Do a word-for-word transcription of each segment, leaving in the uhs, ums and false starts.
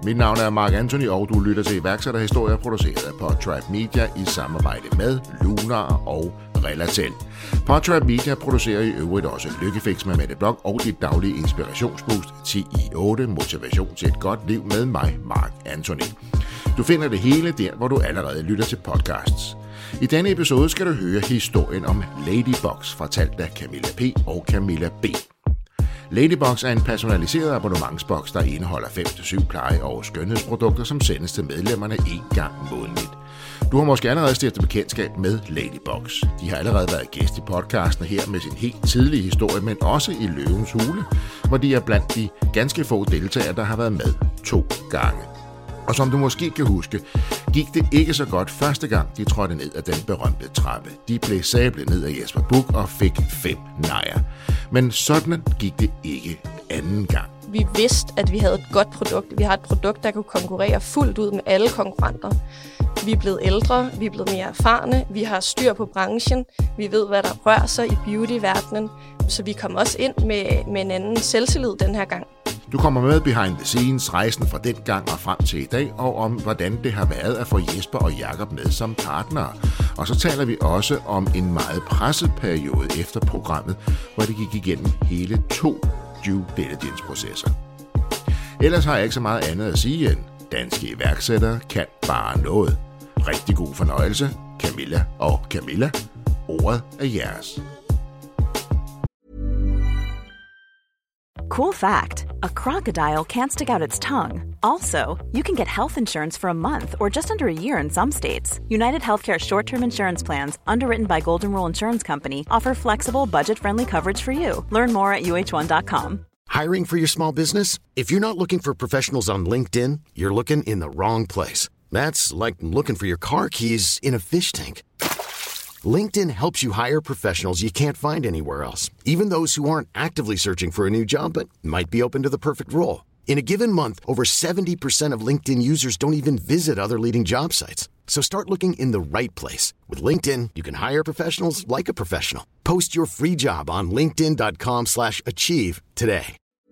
Mit navn er Mark Anthony, og du lytter til iværksætterhistorier produceret af Podtribe Media i samarbejde med Lunar og Relatel. Podtribe Media producerer i øvrigt også Lykkefix med Mette Blok og dit daglige inspirationsboost ti i otte motivation til et godt liv med mig, Mark Anthony. Du finder det hele der, hvor du allerede lytter til podcasts. I denne episode skal du høre historien om Ladybox, fortalt af Camilla P. og Camilla B. Ladybox er en personaliseret abonnementsboks, der indeholder fem til syv pleje- og skønhedsprodukter, som sendes til medlemmerne en gang månedligt. Du har måske allerede stiftet bekendtskab med Ladybox. De har allerede været gæst i podcasten her med sin helt tidlige historie, men også i Løvens Hule, hvor de er blandt de ganske få deltagere, der har været med to gange. Og som du måske kan huske, gik det ikke så godt første gang, de trådte ned ad den berømte trappe. De blev sablet ned af Jesper Buch og fik fem nejer. Men sådan gik det ikke anden gang. Vi vidste, at vi havde et godt produkt. Vi har et produkt, der kunne konkurrere fuldt ud med alle konkurrenter. Vi er blevet ældre, vi er blevet mere erfarne, vi har styr på branchen, vi ved, hvad der rører sig i beauty-verdenen. Så vi kom også ind med, med en anden selvtillid den her gang. Du kommer med behind the scenes, rejsen fra den gang og frem til i dag, og om hvordan det har været at få Jesper og Jakob med som partnere. Og så taler vi også om en meget presset periode efter programmet, hvor det gik igennem hele to due diligence-processer. Ellers har jeg ikke så meget andet at sige end, danske iværksættere kan bare noget. Rigtig god fornøjelse, Camilla og Camilla. Ordet er jeres. Cool fact, a crocodile can't stick out its tongue. Also, you can get health insurance for a month or just under a year in some states. United Healthcare short-term insurance plans, underwritten by Golden Rule Insurance Company, offer flexible, budget-friendly coverage for you. Learn more at U H one dot com. Hiring for your small business? If you're not looking for professionals on LinkedIn, you're looking in the wrong place. That's like looking for your car keys in a fish tank. LinkedIn helps you hire professionals you can't find anywhere else, even those who aren't actively searching for a new job but might be open to the perfect role. In a given month, over seventy percent of LinkedIn users don't even visit other leading job sites. So start looking in the right place. With LinkedIn, you can hire professionals like a professional. Post your free job on linkedin dot com slash achieve today.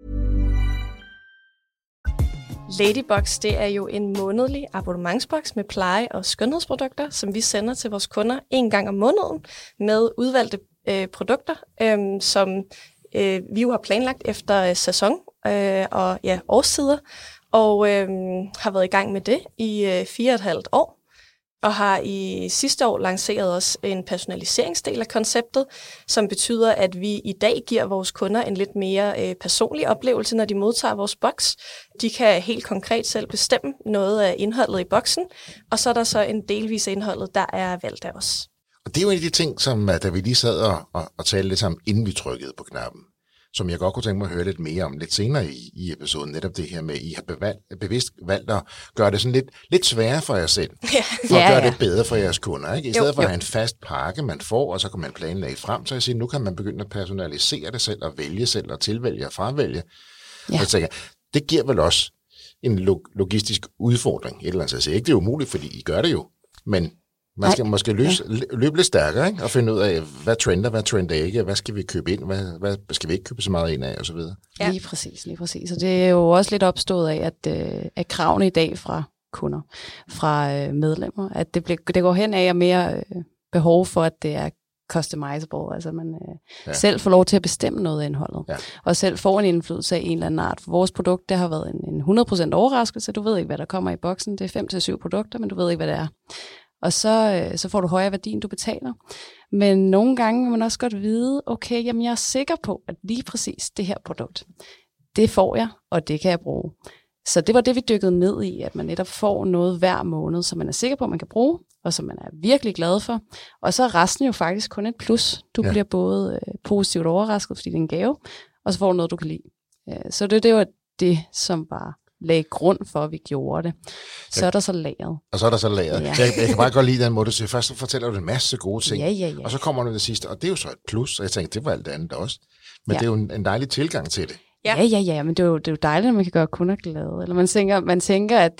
Ladybox, det er jo en månedlig abonnementsboks med pleje- og skønhedsprodukter, som vi sender til vores kunder en gang om måneden med udvalgte øh, produkter, øh, som øh, vi jo har planlagt efter øh, sæson øh, og ja, årstider, og øh, har været i gang med det i øh, fire og et halvt år. Og har i sidste år lanceret også en personaliseringsdel af konceptet, som betyder, at vi i dag giver vores kunder en lidt mere øh, personlig oplevelse, når de modtager vores boks. De kan helt konkret selv bestemme noget af indholdet i boksen, og så er der så en delvis af indholdet, der er valgt af os. Og det er jo en af de ting, som da vi lige sad og, og, og talte lidt sammen, inden vi trykkede på knappen, som jeg godt kunne tænke mig at høre lidt mere om lidt senere i, i episoden, netop det her med, at I har bevalgt, bevidst valgt at gøre det sådan lidt, lidt sværere for jer selv, ja. for at ja, gøre ja. det bedre for jeres kunder, ikke? I stedet jo, for at jo. have en fast pakke, man får, og så kan man planlægge frem, så jeg siger, nu kan man begynde at personalisere det selv, og vælge selv, og tilvælge og fravælge. Ja. Jeg tænker, det giver vel også en log- logistisk udfordring, et eller andet. Jeg siger ikke, det er umuligt, fordi I gør det jo, men man skal Nej. måske løse, ja. løbe lidt stærkere, ikke? Og finde ud af, hvad trender, hvad trender ikke, hvad skal vi købe ind, hvad, hvad skal vi ikke købe så meget ind af, og så videre. Ja. Lige præcis, lige præcis. Og det er jo også lidt opstået af, at, at kravene i dag fra kunder, fra medlemmer, at det, bliver, det går hen af og mere behov for, at det er customizable, altså man ja. selv får lov til at bestemme noget af indholdet, ja. og selv får en indflydelse af en eller anden art. For vores produkt, det har været en, en hundrede procent overraskelse, du ved ikke, hvad der kommer i boksen, det er fem til syv produkter, men du ved ikke, hvad det er. Og så, så får du højere værdi, end du betaler. Men nogle gange vil man også godt vide, okay, jamen jeg er sikker på, at lige præcis det her produkt, det får jeg, og det kan jeg bruge. Så det var det, vi dykkede ned i, at man netop får noget hver måned, som man er sikker på, at man kan bruge, og som man er virkelig glad for. Og så er resten jo faktisk kun et plus. Du ja. bliver både øh, positivt overrasket, fordi det er en gave, og så får du noget, du kan lide. Øh, så det, det var det, som var lagde grund for, at vi gjorde det. Så ja. er der så lagret. Og så er der så lagret. Ja. Jeg, jeg kan bare godt lide den måde, så først så fortæller du en masse gode ting, ja, ja, ja. og så kommer du det sidste, og det er jo så et plus, og jeg tænkte, det var alt det andet også. Men ja. det er jo en, en dejlig tilgang til det. Ja, ja, ja, ja, men det er, jo, det er jo dejligt, at man kan gøre kunder glade. Eller man tænker, man tænker, at det gør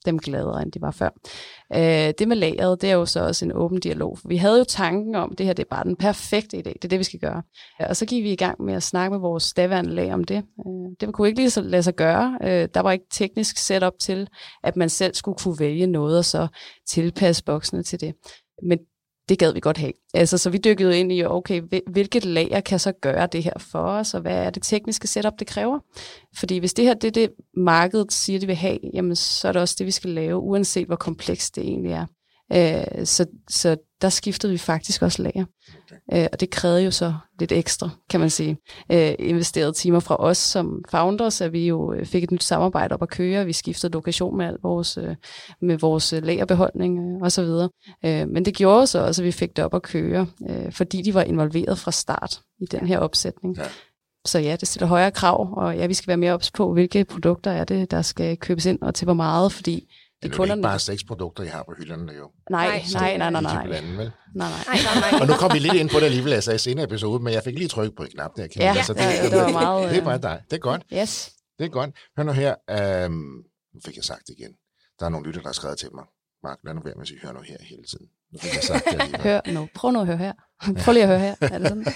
dem gladere, end de var før. Øh, det med lageret, det er jo så også en åben dialog. Vi havde jo tanken om, det her det er bare den perfekte idé, det er det, vi skal gøre. Og så gik vi i gang med at snakke med vores daværende lag om det. Øh, det kunne ikke lige så lade sig gøre. Øh, der var ikke teknisk setup til, at man selv skulle kunne vælge noget og så tilpasse boksene til det. Men det gad vi godt have. Altså, så vi dykkede ind i, okay, hvilket lager kan så gøre det her for os, og hvad er det tekniske setup, det kræver? Fordi hvis det her det er det, markedet siger, de vil have, jamen, så er det også det, vi skal lave, uanset hvor komplekst det egentlig er. Øh, så, så der skiftede vi faktisk også lager. Okay. Øh, og det krævede jo så lidt ekstra, kan man sige. Øh, investerede timer fra os som founders, at vi jo fik et nyt samarbejde op at køre. Vi skiftede lokation med, al vores, øh, med vores lagerbeholdning øh, osv. Øh, men det gjorde så også, at vi fik det op at køre, øh, fordi de var involveret fra start i den her opsætning. Ja. Så ja, det stiller højere krav, og ja, vi skal være mere ops på, hvilke produkter er det, der skal købes ind, og til hvor meget, fordi det er kunderne... ikke bare seks produkter, I har på hylderne, jo. Nej, nej, nej, nej, nej. Nej, nej. nej, nej. Og nu kom vi lidt ind på det alligevel, altså i senere episode, men jeg fik lige trykket på en knap der. Ja, altså, det, ja, det var meget... Det er bare dig. Det er godt. Yes. Det er godt. Hør nu her. Øhm, nu fik jeg sagt det igen. Der er nogle lytter, der har skrevet til mig. Mark, lad nu være med at sige, hør nu her hele tiden. Nu fik jeg sagt det alligevel. Hør nu. Prøv nu at høre her. Prøv lige at høre her. Er det sådan?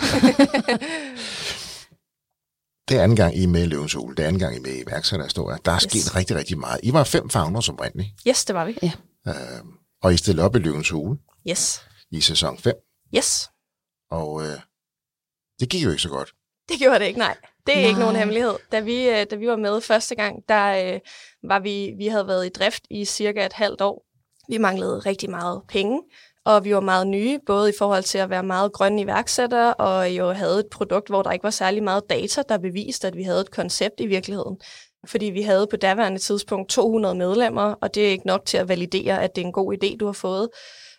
Det er anden gang, I er med i Løvens Hule. Det er anden gang, I er med i iværksætterhistorier. Der er yes. sket rigtig, rigtig meget. I var fem founders oprindeligt. Yes, det var vi. Ja. Øhm, og I stillede op i Løvens Hule. Yes. I sæson fem. Yes. Og øh, det gik jo ikke så godt. Det gjorde det ikke, nej. Det er nej. ikke nogen hemmelighed. Da vi, da vi var med første gang, der øh, var vi, vi havde været i drift i cirka et halvt år. Vi manglede rigtig meget penge. Og vi var meget nye, både i forhold til at være meget grønne iværksættere, og jo havde et produkt, hvor der ikke var særlig meget data, der beviste, at vi havde et koncept i virkeligheden. Fordi vi havde på daværende tidspunkt to hundrede medlemmer, og det er ikke nok til at validere, at det er en god idé, du har fået.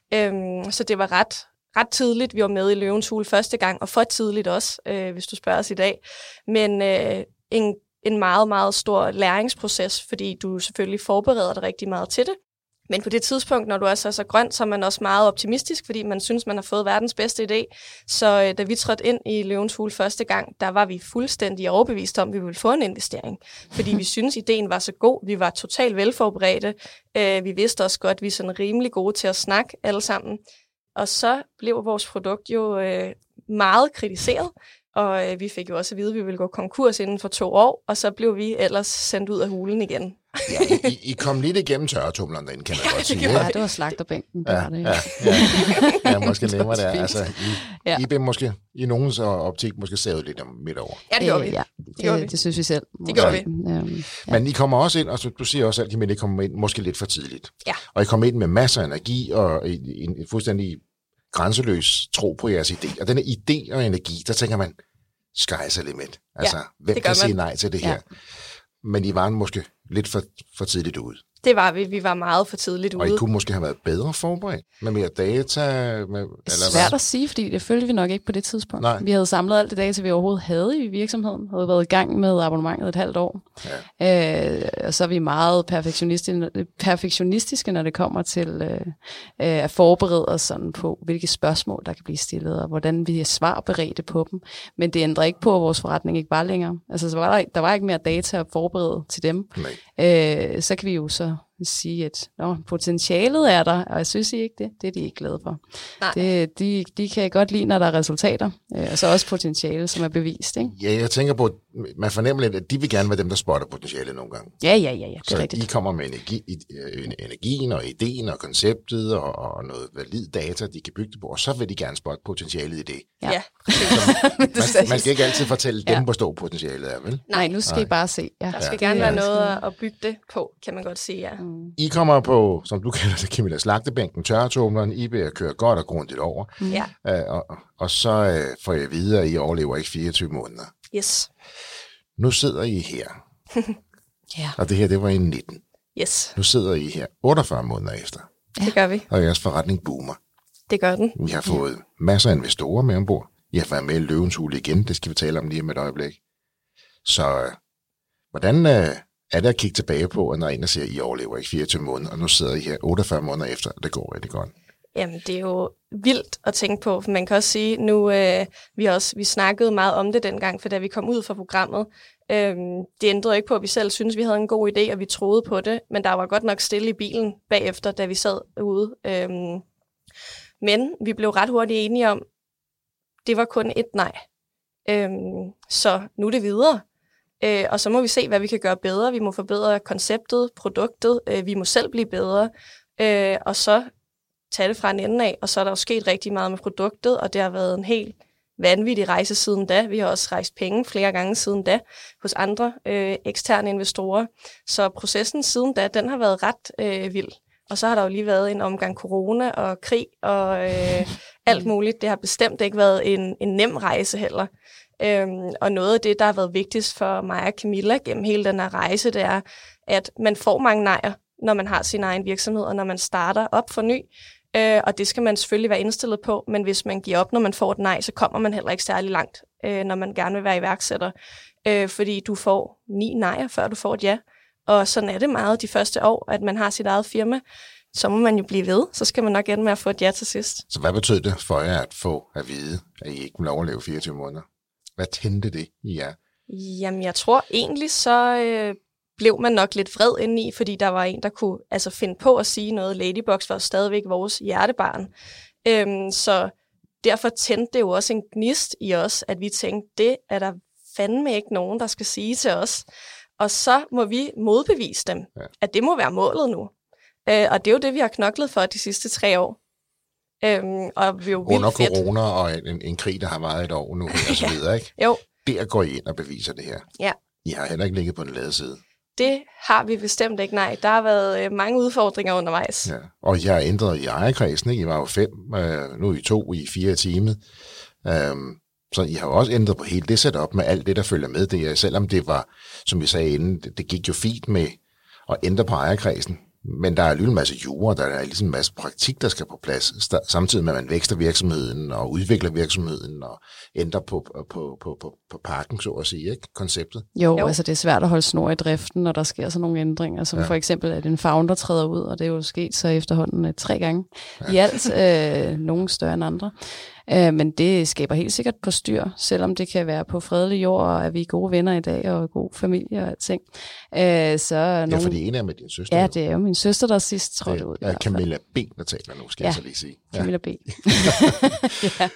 Øhm, så det var ret, ret tidligt, vi var med i Løvens Hule første gang, og for tidligt også, øh, hvis du spørger os i dag. Men øh, en, en meget, meget stor læringsproces, fordi du selvfølgelig forbereder dig rigtig meget til det. Men på det tidspunkt, når du er så, så grøn, så er man også meget optimistisk, fordi man synes, man har fået verdens bedste idé. Så øh, da vi trådte ind i Løvens Hule første gang, der var vi fuldstændig overbevist om, at vi ville få en investering. Fordi vi synes, ideen var så god. Vi var totalt velforberedte. Øh, vi vidste også godt, at vi er sådan rimelig gode til at snakke alle sammen. Og så blev vores produkt jo øh, meget kritiseret. Og øh, vi fik jo også at vide, at vi ville gå konkurs inden for to år, og så blev vi ellers sendt ud af hulen igen. Ja, I, I kom lidt igennem tørretumleren derinde, kan man godt sige. Ja, det var slagterbænken. Ja, det, ja, ja, ja, ja, måske nemmere der. Altså, I, ja. I blev måske i nogens optik måske savet lidt om midt over. Ja, det gjorde vi. Ja, det, gjorde det, vi. det synes vi selv. Det gjorde vi. Um, ja. Men I kommer også ind, og så, du siger også, at I kommer ind måske lidt for tidligt. Ja. Og I kommer ind med masser af energi og en, en fuldstændig grænseløs tro på jeres idé. Og denne idé og energi, der tænker man, sky's the limit. Altså, ja, hvem kan sige nej til det her? Ja. Men I var måske lidt for, for tidligt ude. Det var vi. Vi var meget for tidligt ude. Og I kunne måske have været bedre forberedt med mere data? Med, eller svært at sige, fordi det følte vi nok ikke på det tidspunkt. Nej. Vi havde samlet alt det data, vi overhovedet havde i virksomheden. Havde været i gang med abonnementet et halvt år. Ja. Øh, og så er vi meget perfektionistiske, perfektionistiske når det kommer til øh, øh, at forberede os sådan på, hvilke spørgsmål, der kan blive stillet, og hvordan vi er svarberedte på dem. Men det ændrer ikke på, at vores forretning ikke var længere. Altså, så var der, der var ikke mere data at forberede til dem. Øh, så kan vi jo så sige, at nå, potentialet er der, og jeg synes I ikke det. Det er de ikke glade for. Det, de, de kan godt lide, når der er resultater, øh, og så også potentiale, som er bevist. Ikke? Ja, jeg tænker på, man fornemmer lidt, at de vil gerne være dem, der spotter potentiale nogle gange. Ja, ja, ja, ja, det er så rigtigt. I kommer med energi, energien og ideen og konceptet og, og noget valid data, de kan bygge det på, og så vil de gerne spotte potentialet i det. Ja. ja. man, man skal ikke altid fortælle dem, ja. hvor stor potentialet er, vel? Nej, nu skal Nej. I bare se. Ja. Der skal ja. gerne være noget at bygge det på, kan man godt sige, ja. Mm. I kommer på, som du kalder det, Camilla, slagtebænken, tørretumleren, I vil køre godt og grundigt over. Mm. Ja. Øh, og, og så øh, får jeg videre, at I overlever ikke fireogtyve måneder. Yes. Nu sidder I her. Ja. Og det her, det var i nitten. Yes. Nu sidder I her otteogfyrre måneder efter. Ja. Det gør vi. Og jeres forretning boomer. Det gør den. Vi har fået ja. masser af investorer med ombord. I har været med i Løvens Hule igen. Det skal vi tale om lige om et øjeblik. Så øh, hvordan øh, er det at kigge tilbage på, når en og siger, at I overlever ikke fireogtyve måneder, og nu sidder I her otteogfyrre måneder efter, og det går rigtig godt? Jamen, det er jo vildt at tænke på, for man kan også sige, nu øh, vi også vi snakkede meget om det dengang, for da vi kom ud fra programmet, øh, det ændrede ikke på, at vi selv synes vi havde en god idé, og vi troede på det, men der var godt nok stille i bilen bagefter, da vi sad ude. Øh, men vi blev ret hurtigt enige om, det var kun et nej. Øh, så nu er det videre. Øh, og så må vi se, hvad vi kan gøre bedre. Vi må forbedre konceptet, produktet, øh, vi må selv blive bedre, øh, og så tage det fra en ende af, og så er der jo sket rigtig meget med produktet, og det har været en helt vanvittig rejse siden da. Vi har også rejst penge flere gange siden da hos andre øh, eksterne investorer. Så processen siden da, den har været ret øh, vild. Og så har der jo lige været en omgang corona og krig og øh, alt muligt. Det har bestemt ikke været en, en nem rejse heller. Øhm, og noget af det, der har været vigtigst for mig og Camilla gennem hele den her rejse, det er, at man får mange nejer, når man har sin egen virksomhed, og når man starter op for ny. Øh, og det skal man selvfølgelig være indstillet på, men hvis man giver op, når man får et nej, så kommer man heller ikke særlig langt, øh, når man gerne vil være iværksætter. Øh, fordi du får ni nejer, før du får et ja. Og sådan er det meget de første år, at man har sit eget firma. Så må man jo blive ved, så skal man nok ende med at få et ja til sidst. Så hvad betød det for jer at få at vide, at I ikke kunne overleve fireogtyve måneder? Hvad tændte det i jer? Jamen, jeg tror egentlig, så øh, blev man nok lidt vred indeni, fordi der var en, der kunne altså, finde på at sige noget. Ladybox var stadigvæk vores hjertebarn. Øhm, så derfor tændte det jo også en gnist i os, at vi tænkte, det er der fandme ikke nogen, der skal sige til os. Og så må vi modbevise dem, ja. At det må være målet nu. Øh, og det er jo det, vi har knoklet for de sidste tre år. Øhm, og vi er jo under fedt. Corona og en, en krig, der har varet et år nu, og så ja. videre, ikke? Jo. Der går I ind og beviser det her. Ja. I har heller ikke ligget på den lade side. Det har vi bestemt ikke, nej. Der har været øh, mange udfordringer undervejs. Ja. Og I har ændret i ejerkredsen, ikke? I var jo fem, øh, nu er I to, I fire i teamet. Øhm, så I har jo også ændret på hele det setup med alt det, der følger med det. Selvom det var, som vi sagde inden, det, det gik jo fint med at ændre på ejerkredsen. Men der er en masse jura, der er ligesom en masse praktik, der skal på plads, samtidig med, at man vækster virksomheden og udvikler virksomheden og ændrer på, på, på, på, på pakken, så at sige, ikke? Konceptet. Jo, jo, altså det er svært at holde snor i driften, når der sker sådan nogle ændringer, som ja. For eksempel, at en founder træder ud, og det er jo sket så efterhånden uh, tre gange ja. I alt, øh, nogle større end andre. Uh, men det skaber helt sikkert på styr, selvom det kan være på fredelig jord, og at vi er gode venner i dag, og god familie og alting. Uh, så ja, nogle... fordi en er med din søster. Ja, det er jo min søster, der sidst trådte ud. Ja, Camilla B, der taler nu, skal ja. Jeg så lige sige. Ja, Camilla B. ja,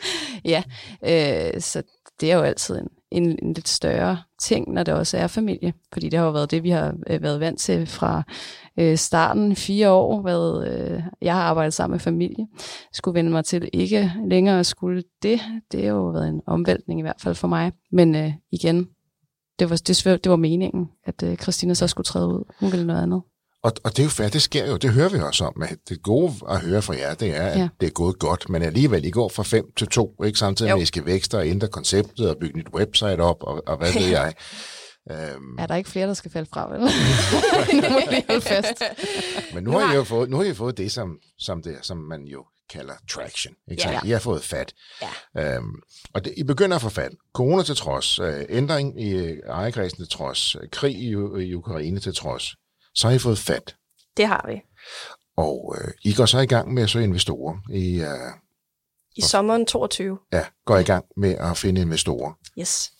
ja. Uh, så det er jo altid en, en, en lidt større ting, når det også er familie. Fordi det har jo været det, vi har øh, været vant til fra øh, starten, fire år. Været, øh, jeg har arbejdet sammen med familie. Skulle vende mig til ikke længere skulle det. Det har jo været en omvæltning i hvert fald for mig. Men øh, igen, det var, det, det var meningen, at øh, Christina så skulle træde ud. Hun ville noget andet. Og, og det er jo fair, det sker jo, det hører vi også om. At det gode at høre fra jer, det er, at ja. Det er gået godt, men alligevel, I går fra fem til to, ikke? Samtidig jo. Med, at I skal vækste og ændre konceptet og bygge nyt website op, og, og hvad ved jeg. Um, er der ikke flere, der skal falde fra, vel? Nu må vi holde fast. Men nu har I jo fået, nu har I fået det, som, som, det, som man jo kalder traction. Ikke? Ja. I har fået fat. Ja. Um, og det, I begynder at få fat. Corona til trods, uh, ændring i ejerkredsen til trods, krig i, i Ukraine til trods. Så har I fået fat. Det har vi. Og øh, I går så i gang med at søge investorer. I, øh, I sommeren toogtyve. Ja, går i gang med at finde investorer. Yes.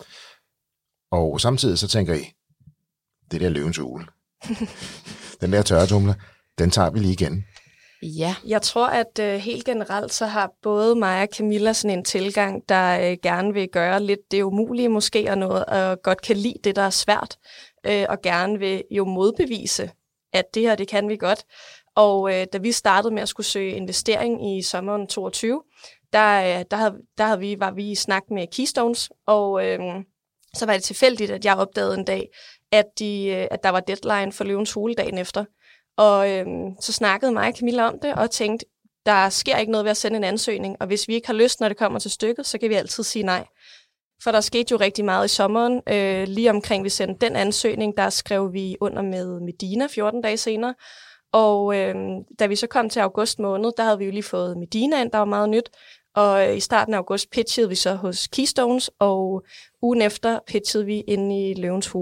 Og samtidig så tænker I, det der løvens hule, den der tørretumler, den tager vi lige igen. Ja, jeg tror, at øh, helt generelt så har både mig og Camilla sådan en tilgang, der øh, gerne vil gøre lidt det umulige måske, og noget, og godt kan lide det, der er svært, øh, og gerne vil jo modbevise, at det her, det kan vi godt. Og øh, da vi startede med at skulle søge investering i sommeren toogtyve, der, øh, der, havde, der havde vi, var vi i snak med Keystones, og øh, så var det tilfældigt, at jeg opdagede en dag, at, de, øh, at der var deadline for Løvens Hule dagen efter. Og øhm, så snakkede mig og Camilla om det, og tænkte, der sker ikke noget ved at sende en ansøgning, og hvis vi ikke har lyst, når det kommer til stykket, så kan vi altid sige nej. For der skete jo rigtig meget i sommeren. Øh, lige omkring vi sendte den ansøgning, der skrev vi under med Medina fjorten dage senere. Og øh, da vi så kom til august måned, der havde vi jo lige fået Medina ind, der var meget nyt. Og øh, i starten af august pitchede vi så hos Keystones, og ugen efter pitchede vi inde i Løvens Hule.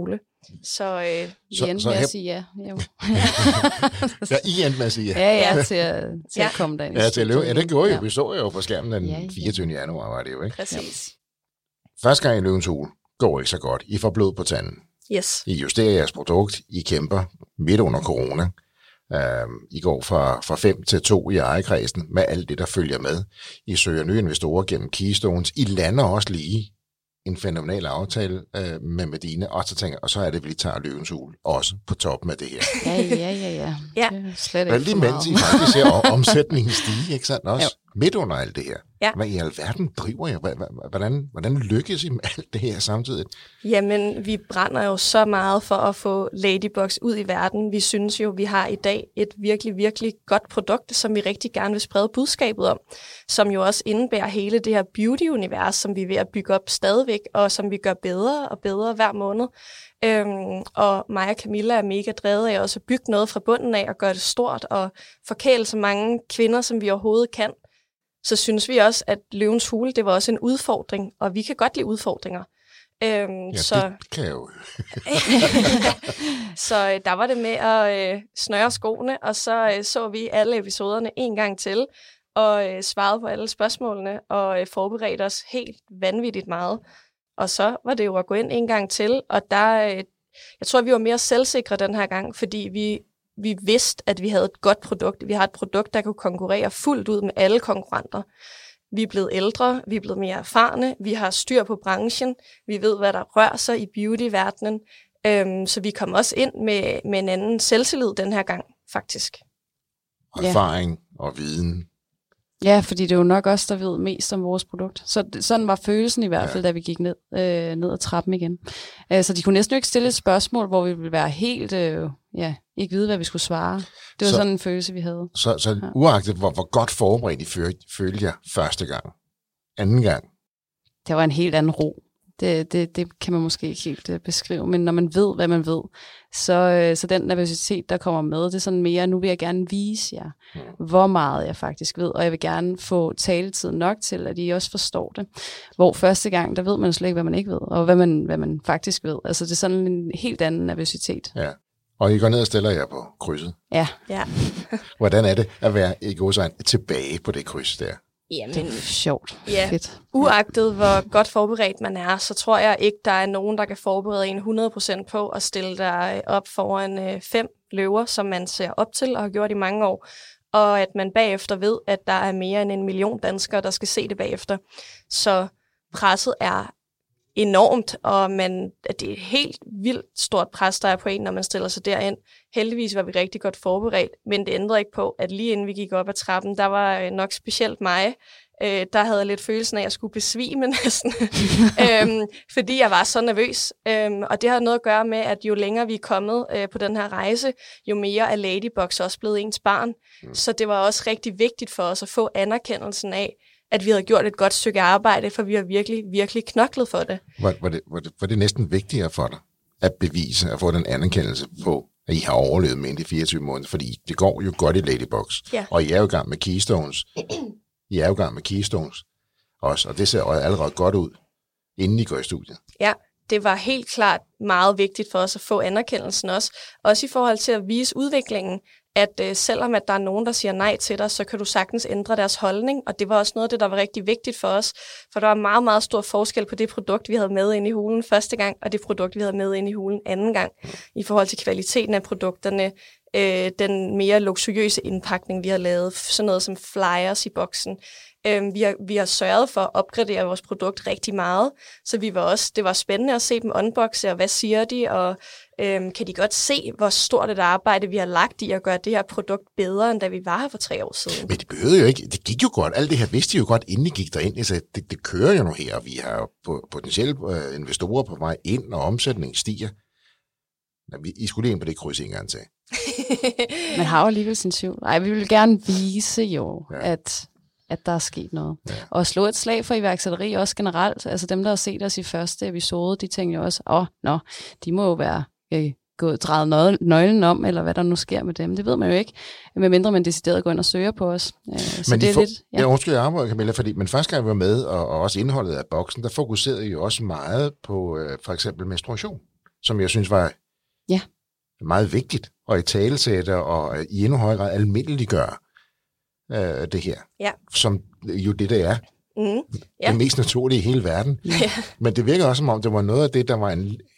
Så, øh, så vi endte med at sige ja. Jo. ja, I endte med at sige ja. Ja, ja, til at, til ja. at komme derind. Ja, til at løbe. Ja, det gjorde ja. jo. Vi så jo på skærmen den ja, ja. fireogtyvende januar, var det jo, ikke? Præcis. Ja. Første gang i Løvens Hule går ikke så godt. I får blod på tanden. Yes. I justerer jeres produkt. I kæmper midt under corona. Uh, I går fra, fra fem til to i ejerkredsen med alt det, der følger med. I søger nye investorer gennem Keystones. I lander også lige en fænomenal aftale uh, med Medina, og så tænker og så er det, vi tager Løvens Hule også på toppen af det her. Ja, ja, ja, ja. ja. Det er slet ikke lige mens I faktisk ser omsætningen stige, ikke sandt også? Jo. Midt under alt det her. Ja. Hvad i alverden driver jeg? Hvordan, hvordan lykkes I med alt det her samtidig? Jamen, vi brænder jo så meget for at få Ladybugs ud i verden. Vi synes jo, vi har i dag et virkelig, virkelig godt produkt, som vi rigtig gerne vil sprede budskabet om, som jo også indebærer hele det her beauty-univers, som vi er ved at bygge op stadigvæk, og som vi gør bedre og bedre hver måned. Øhm, og mig og Camilla er mega drevet af også at bygge noget fra bunden af og gøre det stort og forkæle så mange kvinder, som vi overhovedet kan. Så synes vi også, at Løvens Hule, det var også en udfordring, og vi kan godt lide udfordringer. Øhm, ja, så, det kan jeg jo. så øh, der var det med at øh, snøre skoene, og så øh, så vi alle episoderne en gang til, og øh, svarede på alle spørgsmålene, og øh, forberedte os helt vanvittigt meget. Og så var det jo at gå ind en gang til, og der, øh, jeg tror, vi var mere selvsikre den her gang, fordi vi Vi vidste, at vi havde et godt produkt. Vi har et produkt, der kan konkurrere fuldt ud med alle konkurrenter. Vi er blevet ældre, vi er blevet mere erfarne, vi har styr på branchen, vi ved, hvad der rører sig i beauty-verdenen. Øhm, så vi kom også ind med, med en anden selvtillid den her gang, faktisk. Erfaring og viden. Ja, fordi det er jo nok os, der ved mest om vores produkt. Så sådan var følelsen i hvert fald, ja. da vi gik ned, øh, ned ad trappen igen. Øh, så de kunne næsten jo ikke stille et spørgsmål, hvor vi ville være helt, øh, ja, ikke vide, hvad vi skulle svare. Det var så, sådan en følelse, vi havde. Så, så ja. Uagtet, hvor, hvor godt forberedt I følte jeg første gang, anden gang? Det var en helt anden ro. Det, det, det kan man måske ikke helt uh, beskrive, men når man ved, hvad man ved, så, uh, så den nervøsitet, der kommer med, det er sådan mere, nu vil jeg gerne vise jer, mm. hvor meget jeg faktisk ved, og jeg vil gerne få taletid nok til, at I også forstår det. Hvor første gang, der ved man slet ikke, hvad man ikke ved, og hvad man, hvad man faktisk ved. Altså det er sådan en helt anden nervøsitet. Ja. Og I går ned og stiller jer på krydset. Ja. ja. Hvordan er det at være i godsøjne tilbage på det kryds der? Jamen, det er sjovt. Ja, fedt. Uagtet hvor godt forberedt man er, så tror jeg ikke, der er nogen, der kan forberede en hundrede procent på at stille dig op foran øh, fem løver, som man ser op til og har gjort i mange år, og at man bagefter ved, at der er mere end en million danskere, der skal se det bagefter. Så presset er enormt, og man, det er et helt vildt stort pres, der er på en, når man stiller sig derind. Heldigvis var vi rigtig godt forberedt, men det ændrede ikke på, at lige inden vi gik op ad trappen, der var nok specielt mig, øh, der havde jeg lidt følelsen af, at jeg skulle besvime næsten, øhm, fordi jeg var så nervøs. Øhm, og det har noget at gøre med, at jo længere vi er kommet øh, på den her rejse, jo mere er Ladybugs også blevet ens barn. Mm. Så det var også rigtig vigtigt for os at få anerkendelsen af, at vi havde gjort et godt stykke arbejde, for vi har virkelig, virkelig knoklet for det. Var, var, det, var, det, var det næsten vigtigere for dig at bevise, at få den anerkendelse på, at I har overlevet med de fireogtyve måneder? Fordi det går jo godt i Ladybugs, ja. Og I er jo i gang med Keystones. I er jo i gang med Keystones også, og det ser allerede godt ud, inden I går i studiet. Ja, det var helt klart meget vigtigt for os at få anerkendelsen også. Også i forhold til at vise udviklingen, at øh, selvom at der er nogen, der siger nej til dig, så kan du sagtens ændre deres holdning, og det var også noget af det, der var rigtig vigtigt for os, for der var meget, meget stor forskel på det produkt, vi havde med ind i hulen første gang, og det produkt, vi havde med ind i hulen anden gang, i forhold til kvaliteten af produkterne, øh, den mere luksuriøse indpakning, vi har lavet, sådan noget som flyers i boksen. Øh, vi, har, vi har sørget for at opgradere vores produkt rigtig meget, så vi var også, det var spændende at se dem unboxe, og hvad siger de, og Øhm, kan de godt se, hvor stort et arbejde vi har lagt i at gøre det her produkt bedre, end da vi var her for tre år siden. Men det behøvede jo ikke. Det gik jo godt. Alt det her vidste I jo godt, inden I gik derind. Altså, det, det kører jo nu her, og vi har jo potentielle øh, investorer på vej ind, og omsætningen stiger. Men I skulle lige ind på det kryds en gang til. Man har jo alligevel sin tvivl. Nej, vi vil gerne vise jo, ja. at... at der er sket noget. Ja. Og slå et slag for iværksætteri også generelt. Altså dem, der har set os i første episode, de tænker jo også, åh, oh, nå, de må jo være øh, gået drejet nøglen om, eller hvad der nu sker med dem. Det ved man jo ikke, medmindre man decideret går ind og søger på os. Øh, så men det er for, lidt... Ja, jeg undskyld, jeg arbejder, Camilla, fordi, men første gang jeg var med, og, og også indholdet af boksen, der fokuserede I jo også meget på øh, for eksempel menstruation. som jeg synes var ja. meget vigtigt, og i talesætte og i endnu højere grad almindeliggøre øh, det her, ja. som jo det, det er. Mm, ja. Det mest naturlige i hele verden. Ja. Men det virker også, som om det var noget af det, der var en, en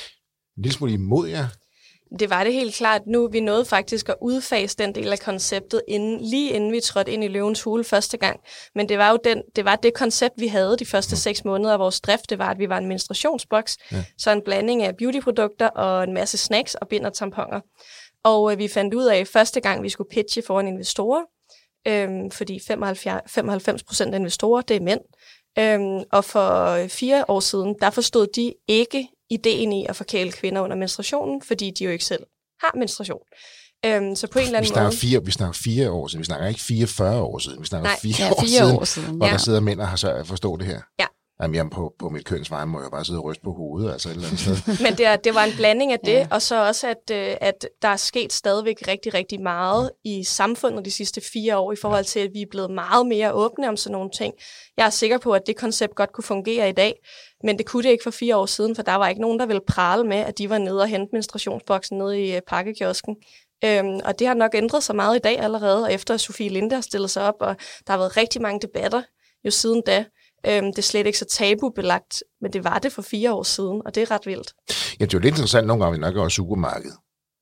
lille smule imod jer. Det var det helt klart. Nu vi nåede faktisk at udfase den del af konceptet, inden, lige inden vi trådte ind i Løvens Hule første gang. Men det var jo den, det, var det koncept, vi havde de første mm. seks måneder af vores drift. Det var, at vi var en menstruationsboks. Ja. Så en blanding af beautyprodukter og en masse snacks og bind og tamponer. Og øh, vi fandt ud af, første gang vi skulle pitche foran investorer, øhm, fordi femoghalvfems procent af investorer, det er mænd. Øhm, og for fire år siden, der forstod de ikke ideen i at forkæle kvinder under menstruationen, fordi de jo ikke selv har menstruation. Øhm, så på en eller anden vi snakker måde... Fire, vi snakker fire år siden, vi snakker ikke fireogfyrre år siden, vi snakker Nej. fire, ja, år, fire siden, år siden, hvor ja. der sidder mænd og har sørget at forstå det her. Ja. Jamen, jamen på, på mit kønsveje må jeg bare sidde og ryste på hovedet, altså et eller andet sted. Men det, er, det var en blanding af det, ja. og så også, at, at der er sket stadigvæk rigtig, rigtig meget i samfundet de sidste fire år, i forhold til, at vi er blevet meget mere åbne om sådan nogle ting. Jeg er sikker på, at det koncept godt kunne fungere i dag, men det kunne det ikke for fire år siden, for der var ikke nogen, der ville prale med, at de var nede og hente menstruationsboksen nede i pakkekiosken. Øhm, og det har nok ændret sig meget i dag allerede, og efter Sofie Linde har stillet sig op, og der har været rigtig mange debatter jo siden da. Øhm, det er slet ikke så tabubelagt, men det var det for fire år siden, og det er ret vildt. Ja, det er jo lidt interessant nogle gange, når jeg går i supermarkedet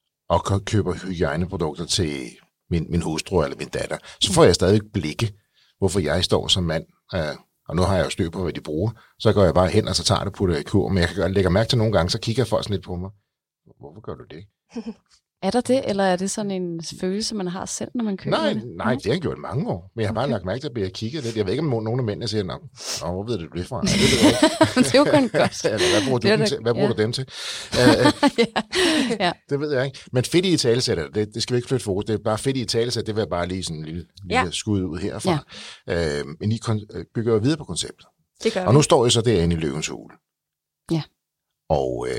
og køber hygiejneprodukter til min, min hustru eller min datter, så får jeg stadig blikke, hvorfor jeg står som mand, øh, og nu har jeg jo styr på, hvad de bruger, så går jeg bare hen, og så tager det på det i kur, men jeg kan lægge mærke til nogle gange, så kigger folk sådan lidt på mig. Hvorfor gør du det? Er der det, eller er det sådan en følelse, man har selv, når man køber nej, det? Nej, det har jeg gjort i mange år, men jeg har bare okay. lagt mærke til, at jeg kigger lidt. Jeg ved ikke, om nogen af mændene siger, nå, hvor ved du det fra? Det, det, det er jo kun godt. Eller, hvad bruger, du, dem til? Hvad bruger ja. du dem til? Uh, ja. Ja. Det ved jeg ikke. Men fedt i talesætter, det, det skal vi ikke flytte fokus. Det er bare fedt i talesætter, det vil jeg bare lige sådan en lille, lille ja. skud ud herfra. Ja. Uh, men I kon- bygger jo videre på konceptet. Det gør og nu står I så derinde i Løvens Hule. Ja. Og... Uh,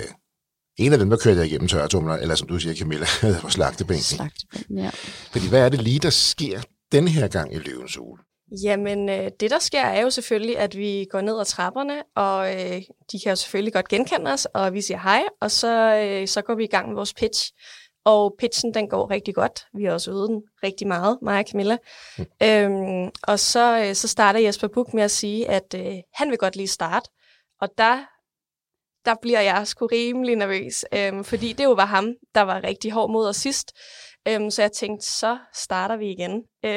en af dem, der kørte jeg igennem tørretumler, eller som du siger, Camilla, på slagtebænken. Slagtebænken, ja. Fordi hvad er det lige, der sker den her gang i Løvens Hule? Jamen, øh, det der sker er jo selvfølgelig, at vi går ned ad trapperne, og øh, de kan jo selvfølgelig godt genkende os, og vi siger hej, og så, øh, så går vi i gang med vores pitch. Og pitchen, den går rigtig godt. Vi har også øvet den rigtig meget, mig og Camilla. Mm. Øhm, og så, øh, så starter Jesper Buch med at sige, at øh, han vil godt lige starte. Og der... der bliver jeg sgu rimelig nervøs, øhm, fordi det jo var ham, der var rigtig hård mod os sidst. Øhm, så jeg tænkte, så starter vi igen.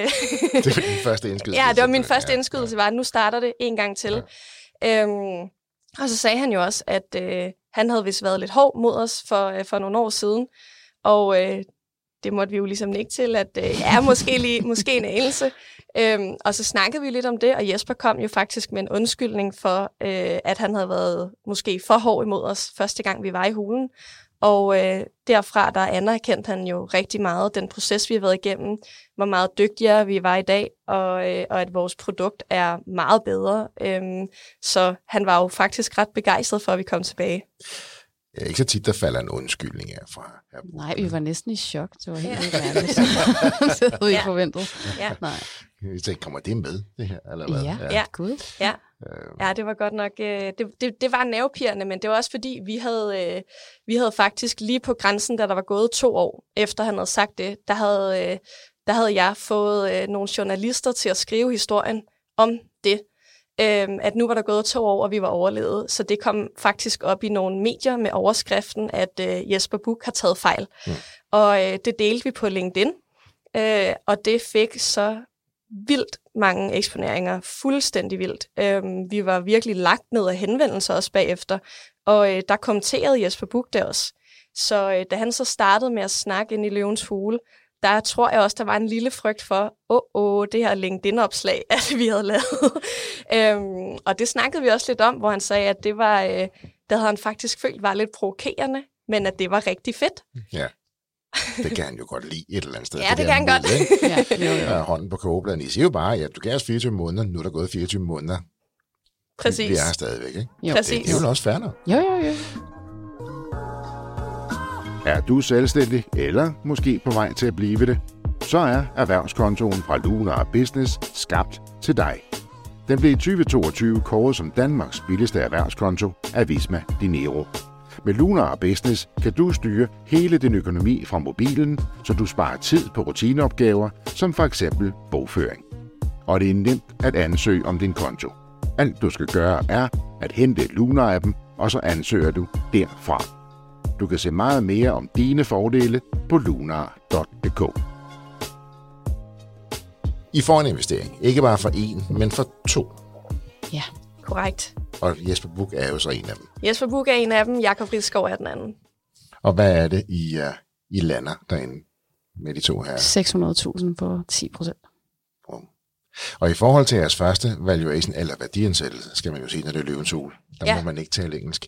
Det var din første indskydelse. Ja, det var min første indskydelse, var, at nu starter det en gang til. Ja. Øhm, og så sagde han jo også, at øh, han havde vist været lidt hård mod os for, øh, for nogle år siden, og øh, det måtte vi jo ligesom ikke til, at øh, ja, måske, lige, måske en anelse. Øhm, og så snakkede vi lidt om det, og Jesper kom jo faktisk med en undskyldning for, øh, at han havde været måske for hård imod os første gang, vi var i hulen. Og øh, derfra, der anerkendte han jo rigtig meget den proces, vi har været igennem, hvor meget dygtigere vi var i dag, og, øh, og at vores produkt er meget bedre. Øhm, så han var jo faktisk ret begejstret for, at vi kom tilbage. Ja, ikke så tit, der falder en undskyldning her fra. Her. Nej, vi var næsten i chok. Det var helt ærligt. Det havde vi ikke forventet. Ja. Nej. Jeg tænkte, kommer det med, det her? Eller hvad? Ja, ja. Gud. Ja. Ja, det var godt nok, øh, det, det, det var nervepirrende, men det var også fordi, vi havde, øh, vi havde faktisk lige på grænsen, da der var gået to år, efter han havde sagt det, der havde, øh, der havde jeg fået øh, nogle journalister til at skrive historien om det, øh, at nu var der gået to år, og vi var overlevet, så det kom faktisk op i nogle medier med overskriften, at øh, Jesper Buch har taget fejl, mm. og øh, det delte vi på LinkedIn, øh, og det fik så vildt mange eksponeringer, fuldstændig vildt. Øhm, vi var virkelig lagt ned af henvendelser også bagefter, og øh, der kommenterede Jesper Buch det også. Så øh, da han så startede med at snakke ind i Løvens Hule, der tror jeg også, der var en lille frygt for, åh, åh, det her LinkedIn-opslag, at vi havde lavet. øhm, og det snakkede vi også lidt om, hvor han sagde, at det var, øh, det havde han faktisk følt var lidt provokerende, men at det var rigtig fedt. Ja. Det kan han jo godt lide et eller andet sted. Ja, det, det kan han godt. Ja, jo, jo. Ja, hånden på kogebladen. I siger jo bare, ja, du kan også fireogtyve måneder, nu er der gået fireogtyve måneder. Præcis. Vi er her stadigvæk, ikke? Jo. Præcis. Det, det er jo også fair nok. Jo, jo, jo. Er du selvstændig, eller måske på vej til at blive det, så er erhvervskontoen fra Lunar Business skabt til dig. Den blev i tyve toogtyve kåret som Danmarks billigste erhvervskonto af Visma Dinero. Med Lunar Business kan du styre hele din økonomi fra mobilen, så du sparer tid på rutineopgaver, som for eksempel bogføring. Og det er nemt at ansøge om din konto. Alt du skal gøre er at hente Lunar-appen, og så ansøger du derfra. Du kan se meget mere om dine fordele på lunar punktum d k. I får en investering, ikke bare for én, men for to. Ja. Korrekt. Og Jesper Buch er jo så en af dem. Jesper Buch er en af dem, Jakob Risskov er den anden. Og hvad er det, I, uh, I lander derinde med de to her? seks hundrede tusind på ti procent. Og i forhold til jeres første valuation, eller værdiansættelse, skal man jo sige, når det er løvens hule. Der ja. må man ikke tale engelsk.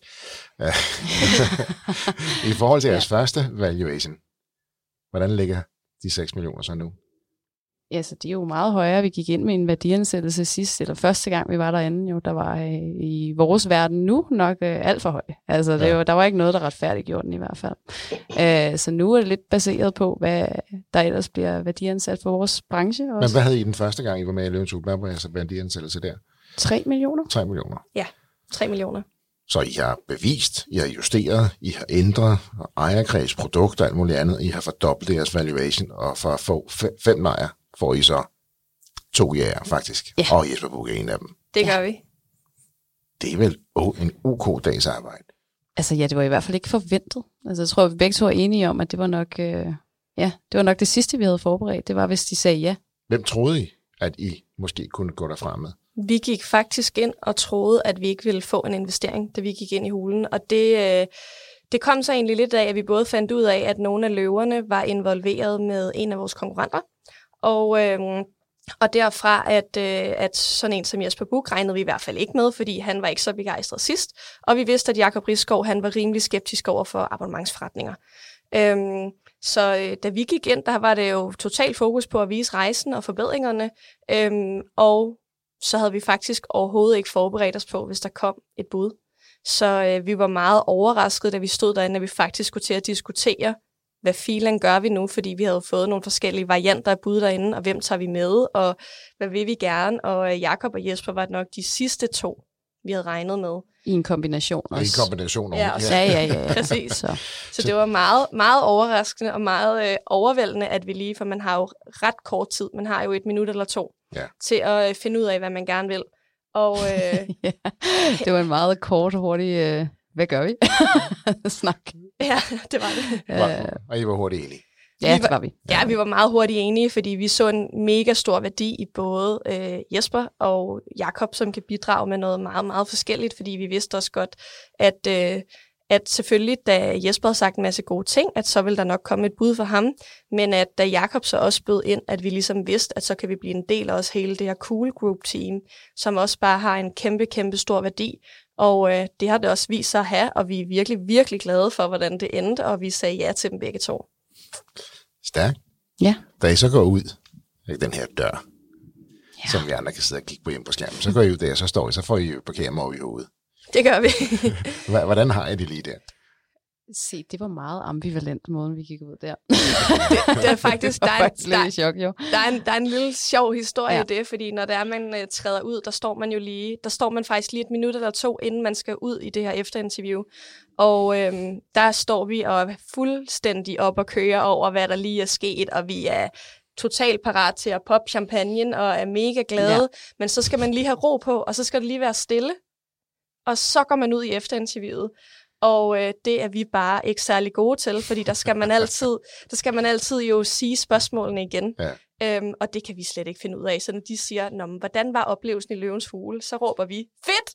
I forhold til jeres ja. første valuation, hvordan ligger de seks millioner så nu? Ja, så de er jo meget højere. Vi gik ind med en værdiansættelse sidst, eller første gang vi var derinde, jo, der var øh, i vores verden nu nok øh, alt for høj. Altså, det ja. var, der var ikke noget, der retfærdiggjorde den i hvert fald. Æh, så nu er det lidt baseret på, hvad der ellers bliver værdiansat for vores branche. Også. Men hvad havde I den første gang, I var med i Løvens Hule? Hvad var jeres værdiansættelse der? tre millioner. tre millioner. Ja, tre millioner. Så I har bevist, I har justeret, I har ændret ejerkreds, produkter og alt muligt andet. I har fordoblet jeres valuation, og for at få fem nejer, får I så to jæger, faktisk. Ja. Og Jesper Buch er en af dem. Det gør ja. vi. Det er vel oh, en ok dags arbejde. Altså ja, det var i hvert fald ikke forventet. Altså jeg tror, vi begge to er enige om, at det var nok, øh, ja, det var nok det sidste, vi havde forberedt. Det var, hvis de sagde ja. Hvem troede I, at I måske kunne gå derfra med? Vi gik faktisk ind og troede, at vi ikke ville få en investering, da vi gik ind i hulen. Og det, øh, det kom så egentlig lidt af, at vi både fandt ud af, at nogle af løverne var involveret med en af vores konkurrenter. Og, øh, og derfra, at, øh, at sådan en som Jesper Buch regnede vi i hvert fald ikke med, fordi han var ikke så begejstret sidst. Og vi vidste, at Jakob Risskov, han var rimelig skeptisk over for abonnementsforretninger. Øhm, så øh, da vi gik ind, der var det jo totalt fokus på at vise rejsen og forbedringerne. Øhm, og så havde vi faktisk overhovedet ikke forberedt os på, hvis der kom et bud. Så øh, vi var meget overraskede, da vi stod derinde, at vi faktisk skulle til at diskutere, hvad filen gør vi nu, fordi vi havde fået nogle forskellige varianter af bud derinde, og hvem tager vi med, og hvad vil vi gerne, og Jakob og Jesper var nok de sidste to, vi havde regnet med. I en kombination også. I en kombination. Ja, ja, ja, ja, ja. Præcis. Så. så det var meget, meget overraskende og meget øh, overvældende, at vi lige, for man har jo ret kort tid, man har jo et minut eller to, ja. til at øh, finde ud af, hvad man gerne vil. Og, øh, ja, det var en meget kort og hurtig, øh, hvad gør vi? Snak. Ja, det var det. Ja. Og I var hurtigt enige. Ja, det var vi. Ja, vi var meget hurtigt enige, fordi vi så en mega stor værdi i både øh, Jesper og Jakob, som kan bidrage med noget meget, meget forskelligt, fordi vi vidste også godt, at, øh, at selvfølgelig, da Jesper havde sagt en masse gode ting, at så ville der nok komme et bud for ham, men at da Jakob så også bød ind, at vi ligesom vidste, at så kan vi blive en del af også hele det her Cool Group-team, som også bare har en kæmpe, kæmpe stor værdi. Og øh, det har det også vist sig at have, og vi er virkelig, virkelig glade for, hvordan det endte, og vi sagde ja til dem begge to. Stærkt. Ja. Da I så går ud af den her dør, ja. som vi andre kan sidde og kigge på hjemme på skærmen, så går I ud der, så står I, så får I jo parkeret over i hovedet. Det gør vi. Hvordan har I det lige der? Se, det var meget ambivalent måden, vi gik ud der. det, det er faktisk, der er, en, der, chok, jo. Der, er en, der er en lille sjov historie ja. i det, fordi når der er, man uh, træder ud, der står man jo lige, der står man faktisk lige et minut eller to, inden man skal ud i det her efterinterview. Og øhm, der står vi og er fuldstændig op og køre over, hvad der lige er sket, og vi er totalt parat til at poppe champagnen og er mega glade, ja. Men så skal man lige have ro på, og så skal det lige være stille, og så går man ud i efterinterviewet. Og øh, det er vi bare ikke særlig gode til, fordi der skal man altid, der skal man altid jo sige spørgsmålene igen. Ja. Øhm, og det kan vi slet ikke finde ud af. Så når de siger, Nå, men, hvordan var oplevelsen i Løvens Hule, så råber vi, fedt!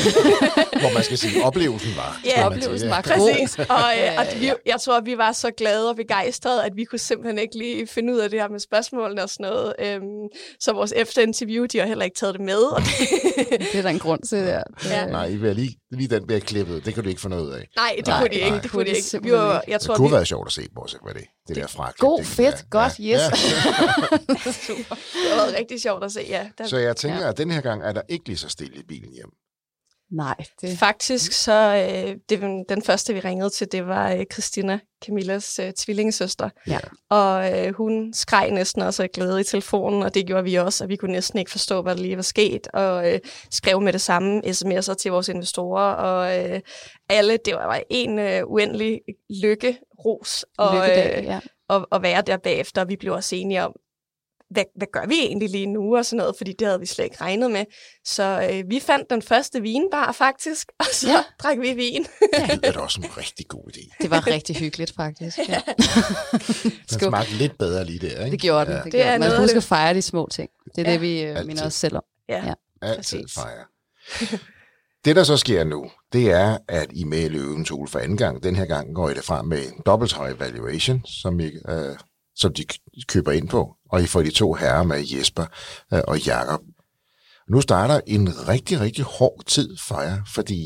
Hvor man skal sige, oplevelsen var. Ja, oplevelsen var præcis. Og, øh, og vi, jeg tror, at vi var så glade og begejstrede, at vi kunne simpelthen ikke lige finde ud af det her med spørgsmålene og sådan noget. Øhm, så vores efterinterview, de har heller ikke taget det med. Og det... det er der en grund til, der. Ja. Nej, I vil lige, lige den bliver klippet. Det kan du ikke få noget ud af. Nej, det kunne de ikke. Det kunne de ikke. Vi var, jeg tror, det kunne vi... være sjovt at se, bortset hvad det. Det der fra. God, fedt, ja. Godt, yes. Ja. Super. Det har været rigtig sjovt at se, ja. Der... Så jeg tænker, ja. at den her gang er der ikke lige så stille i bilen hjem. Nej. Det... Faktisk så, øh, det, den første vi ringede til, det var øh, Christina, Camillas øh, tvillingesøster. Ja. Og øh, hun skreg næsten også af glæde i telefonen, og det gjorde vi også, og vi kunne næsten ikke forstå, hvad der lige var sket, og øh, skrev med det samme sms'er til vores investorer, og øh, alle, det var en øh, uendelig lykke, ros, og, Lykkedag, ja. øh, og, og være der bagefter, og vi blev også enige om, Hvad, hvad gør vi egentlig lige nu, og sådan noget, fordi det havde vi slet ikke regnet med. Så øh, vi fandt den første vinbar faktisk, og så ja. drak vi vin. Det er da også en rigtig god idé. Det var rigtig hyggeligt faktisk. Ja. Den smagte lidt bedre lige der, ikke? Det gjorde den. Ja. Det Det gjorde er den. Man noget skal huske af at fejre de små ting. Det er Ja. det, vi øh, minder os selv om. Ja, Ja. Altid præcis. fejre. Det, der så sker nu, det er, at I med i Løvens Hule for anden gang, den her gang går I det frem med en dobbelt høj valuation, som, I, øh, som de køber ind på, og I får de to herrer med, Jesper øh, og Jakob. Nu starter en rigtig, rigtig hård tid for jer, fordi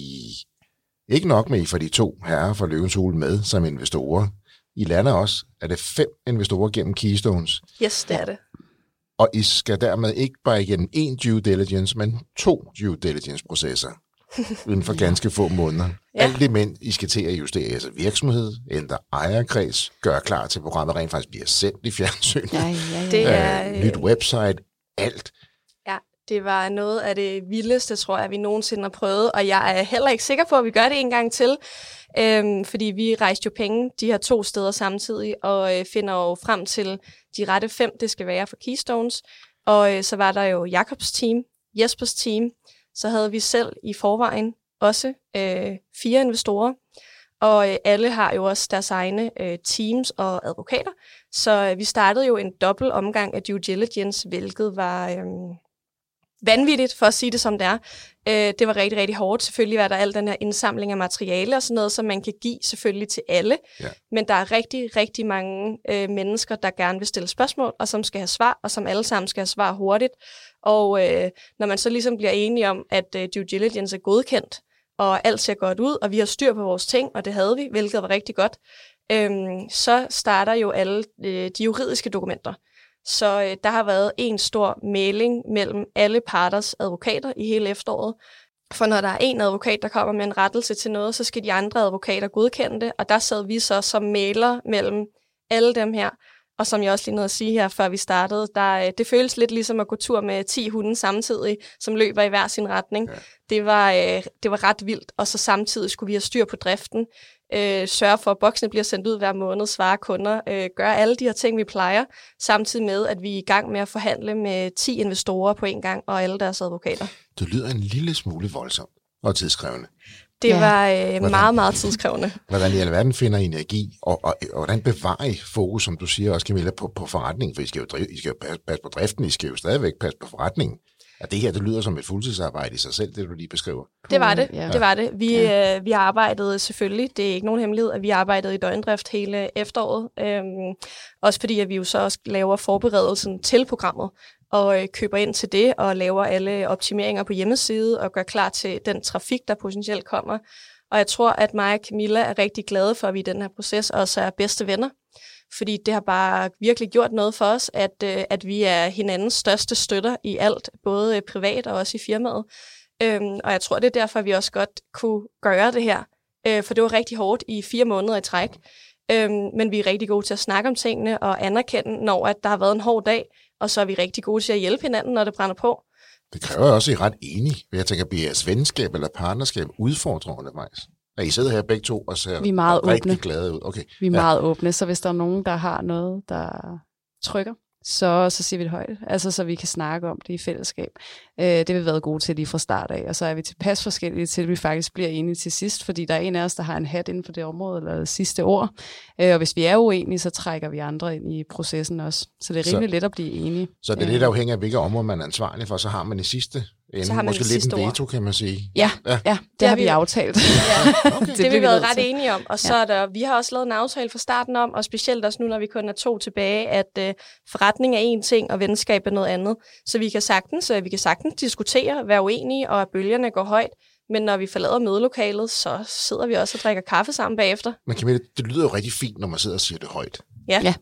ikke nok med, I får de to herrer fra Løvens Hule med som investorer. I lander også, er det fem investorer gennem Keystones, Yes, det er det. og I skal dermed ikke bare igennem én due diligence, men to due diligence-processer inden for ganske få måneder. Ja. Alt det, men I skal til at justere jeres virksomhed, ændre ejerkreds, gøre klar til programmet rent faktisk bliver sendt i fjernsyn, Ja, ja, ja. Det er, øh, nyt website, alt. Ja, det var noget af det vildeste, tror jeg, vi nogensinde har prøvet, og jeg er heller ikke sikker på, at vi gør det en gang til, øhm, fordi vi rejste jo penge de her to steder samtidig, og øh, finder jo frem til de rette fem, det skal være for Keystones, og øh, så var der jo Jakobs team, Jespers team, så havde vi selv i forvejen også øh, fire investorer, og øh, alle har jo også deres egne øh, teams og advokater, så øh, vi startede jo en dobbelt omgang af due diligence, hvilket var øh, vanvittigt, for at sige det som det er. Øh, det var rigtig, rigtig hårdt. Selvfølgelig var der al den her indsamling af materiale og sådan noget, som man kan give selvfølgelig til alle, Ja. men der er rigtig, rigtig mange øh, mennesker, der gerne vil stille spørgsmål, og som skal have svar, og som alle sammen skal have svar hurtigt. Og øh, når man så ligesom bliver enige om, at øh, due diligence er godkendt, og alt ser godt ud, og vi har styr på vores ting, og det havde vi, hvilket var rigtig godt, øhm, så starter jo alle øh, de juridiske dokumenter. Så øh, der har været en stor mailing mellem alle parters advokater i hele efteråret. For når der er en advokat, der kommer med en rettelse til noget, så skal de andre advokater godkende det, og der sad vi så som mailer mellem alle dem her. Og som jeg også lige nåede at sige her, før vi startede, der, det føles lidt ligesom at gå tur med ti hunde samtidig, som løber i hver sin retning. Ja. Det, var, øh, det var ret vildt, og så samtidig skulle vi have styr på driften, øh, sørge for, at boksene bliver sendt ud hver måned, svare kunder, øh, gøre alle de her ting, vi plejer, samtidig med, at vi er i gang med at forhandle med ti investorer på en gang, og alle deres advokater. Det lyder en lille smule voldsomt og tidskrævende. Det Ja. var øh, meget, meget tidskrævende. Hvordan i alverden finder I energi, og, og, og hvordan bevarer I fokus, som du siger også, Camilla, på, på forretningen? For I skal jo, drive, I skal jo passe, passe på driften, I skal jo stadigvæk passe på forretningen. Og det her, det lyder som et fuldtidsarbejde i sig selv, det du lige beskriver. Det var det, Ja. det var det. Vi, Ja. øh, vi har arbejdet selvfølgelig, det er ikke nogen hemmelighed, at vi har arbejdet i døgndrift hele efteråret. Øhm, også fordi, at vi jo så også laver forberedelsen til programmet, og øh, køber ind til det, og laver alle optimeringer på hjemmeside, og gør klar til den trafik, der potentielt kommer. Og jeg tror, at mig og Camilla er rigtig glade for, at vi i den her proces også er bedste venner. Fordi det har bare virkelig gjort noget for os, at, øh, at vi er hinandens største støtter i alt, både privat og også i firmaet. Øhm, og jeg tror, det er derfor, vi også godt kunne gøre det her. Øh, for det var rigtig hårdt i fire måneder i træk. Øhm, men vi er rigtig gode til at snakke om tingene og anerkende, når at der har været en hård dag. Og så er vi rigtig gode til at hjælpe hinanden, når det brænder på. Det kræver også, at I er ret enige. Jeg tænker, bliver jeres venskab eller partnerskab udfordret undervejs? Og I sidder her begge to og ser Vi er meget rigtig åbne. glade ud. Okay. Vi er Ja. meget åbne, så hvis der er nogen, der har noget, der trykker, så, så siger vi det højt, altså så vi kan snakke om det i fællesskab. Øh, det har vi været gode til lige fra start af, og så er vi tilpas forskellige til, at vi faktisk bliver enige til sidst, fordi der er en af os, der har en hat inden for det område, eller det sidste ord. Øh, og hvis vi er uenige, så trækker vi andre ind i processen også. Så det er rimelig Så- let at blive enige. Så det er lidt afhængigt af, hvilke områder man er ansvarlig for, så har man i sidste ende, Så har man måske det lidt sidste en ord. veto, kan man sige. Ja, Ja. ja, det, Det har har vi vi- aftalt. Ja. Okay. Det bliver har vi vi været nødt ret til. enige om, og så er der, vi har også lavet en aftale fra starten om, og specielt også nu, når vi kun er to tilbage, at øh, forretning er en ting, og venskab er noget andet. Så vi kan sagtens, øh, vi kan sagtens diskutere, være uenige, og at bølgerne går højt, men når vi forlader mødelokalet, så sidder vi også og drikker kaffe sammen bagefter. Men Camilla, det lyder jo rigtig fint, når man sidder og siger det højt. Ja. Ja.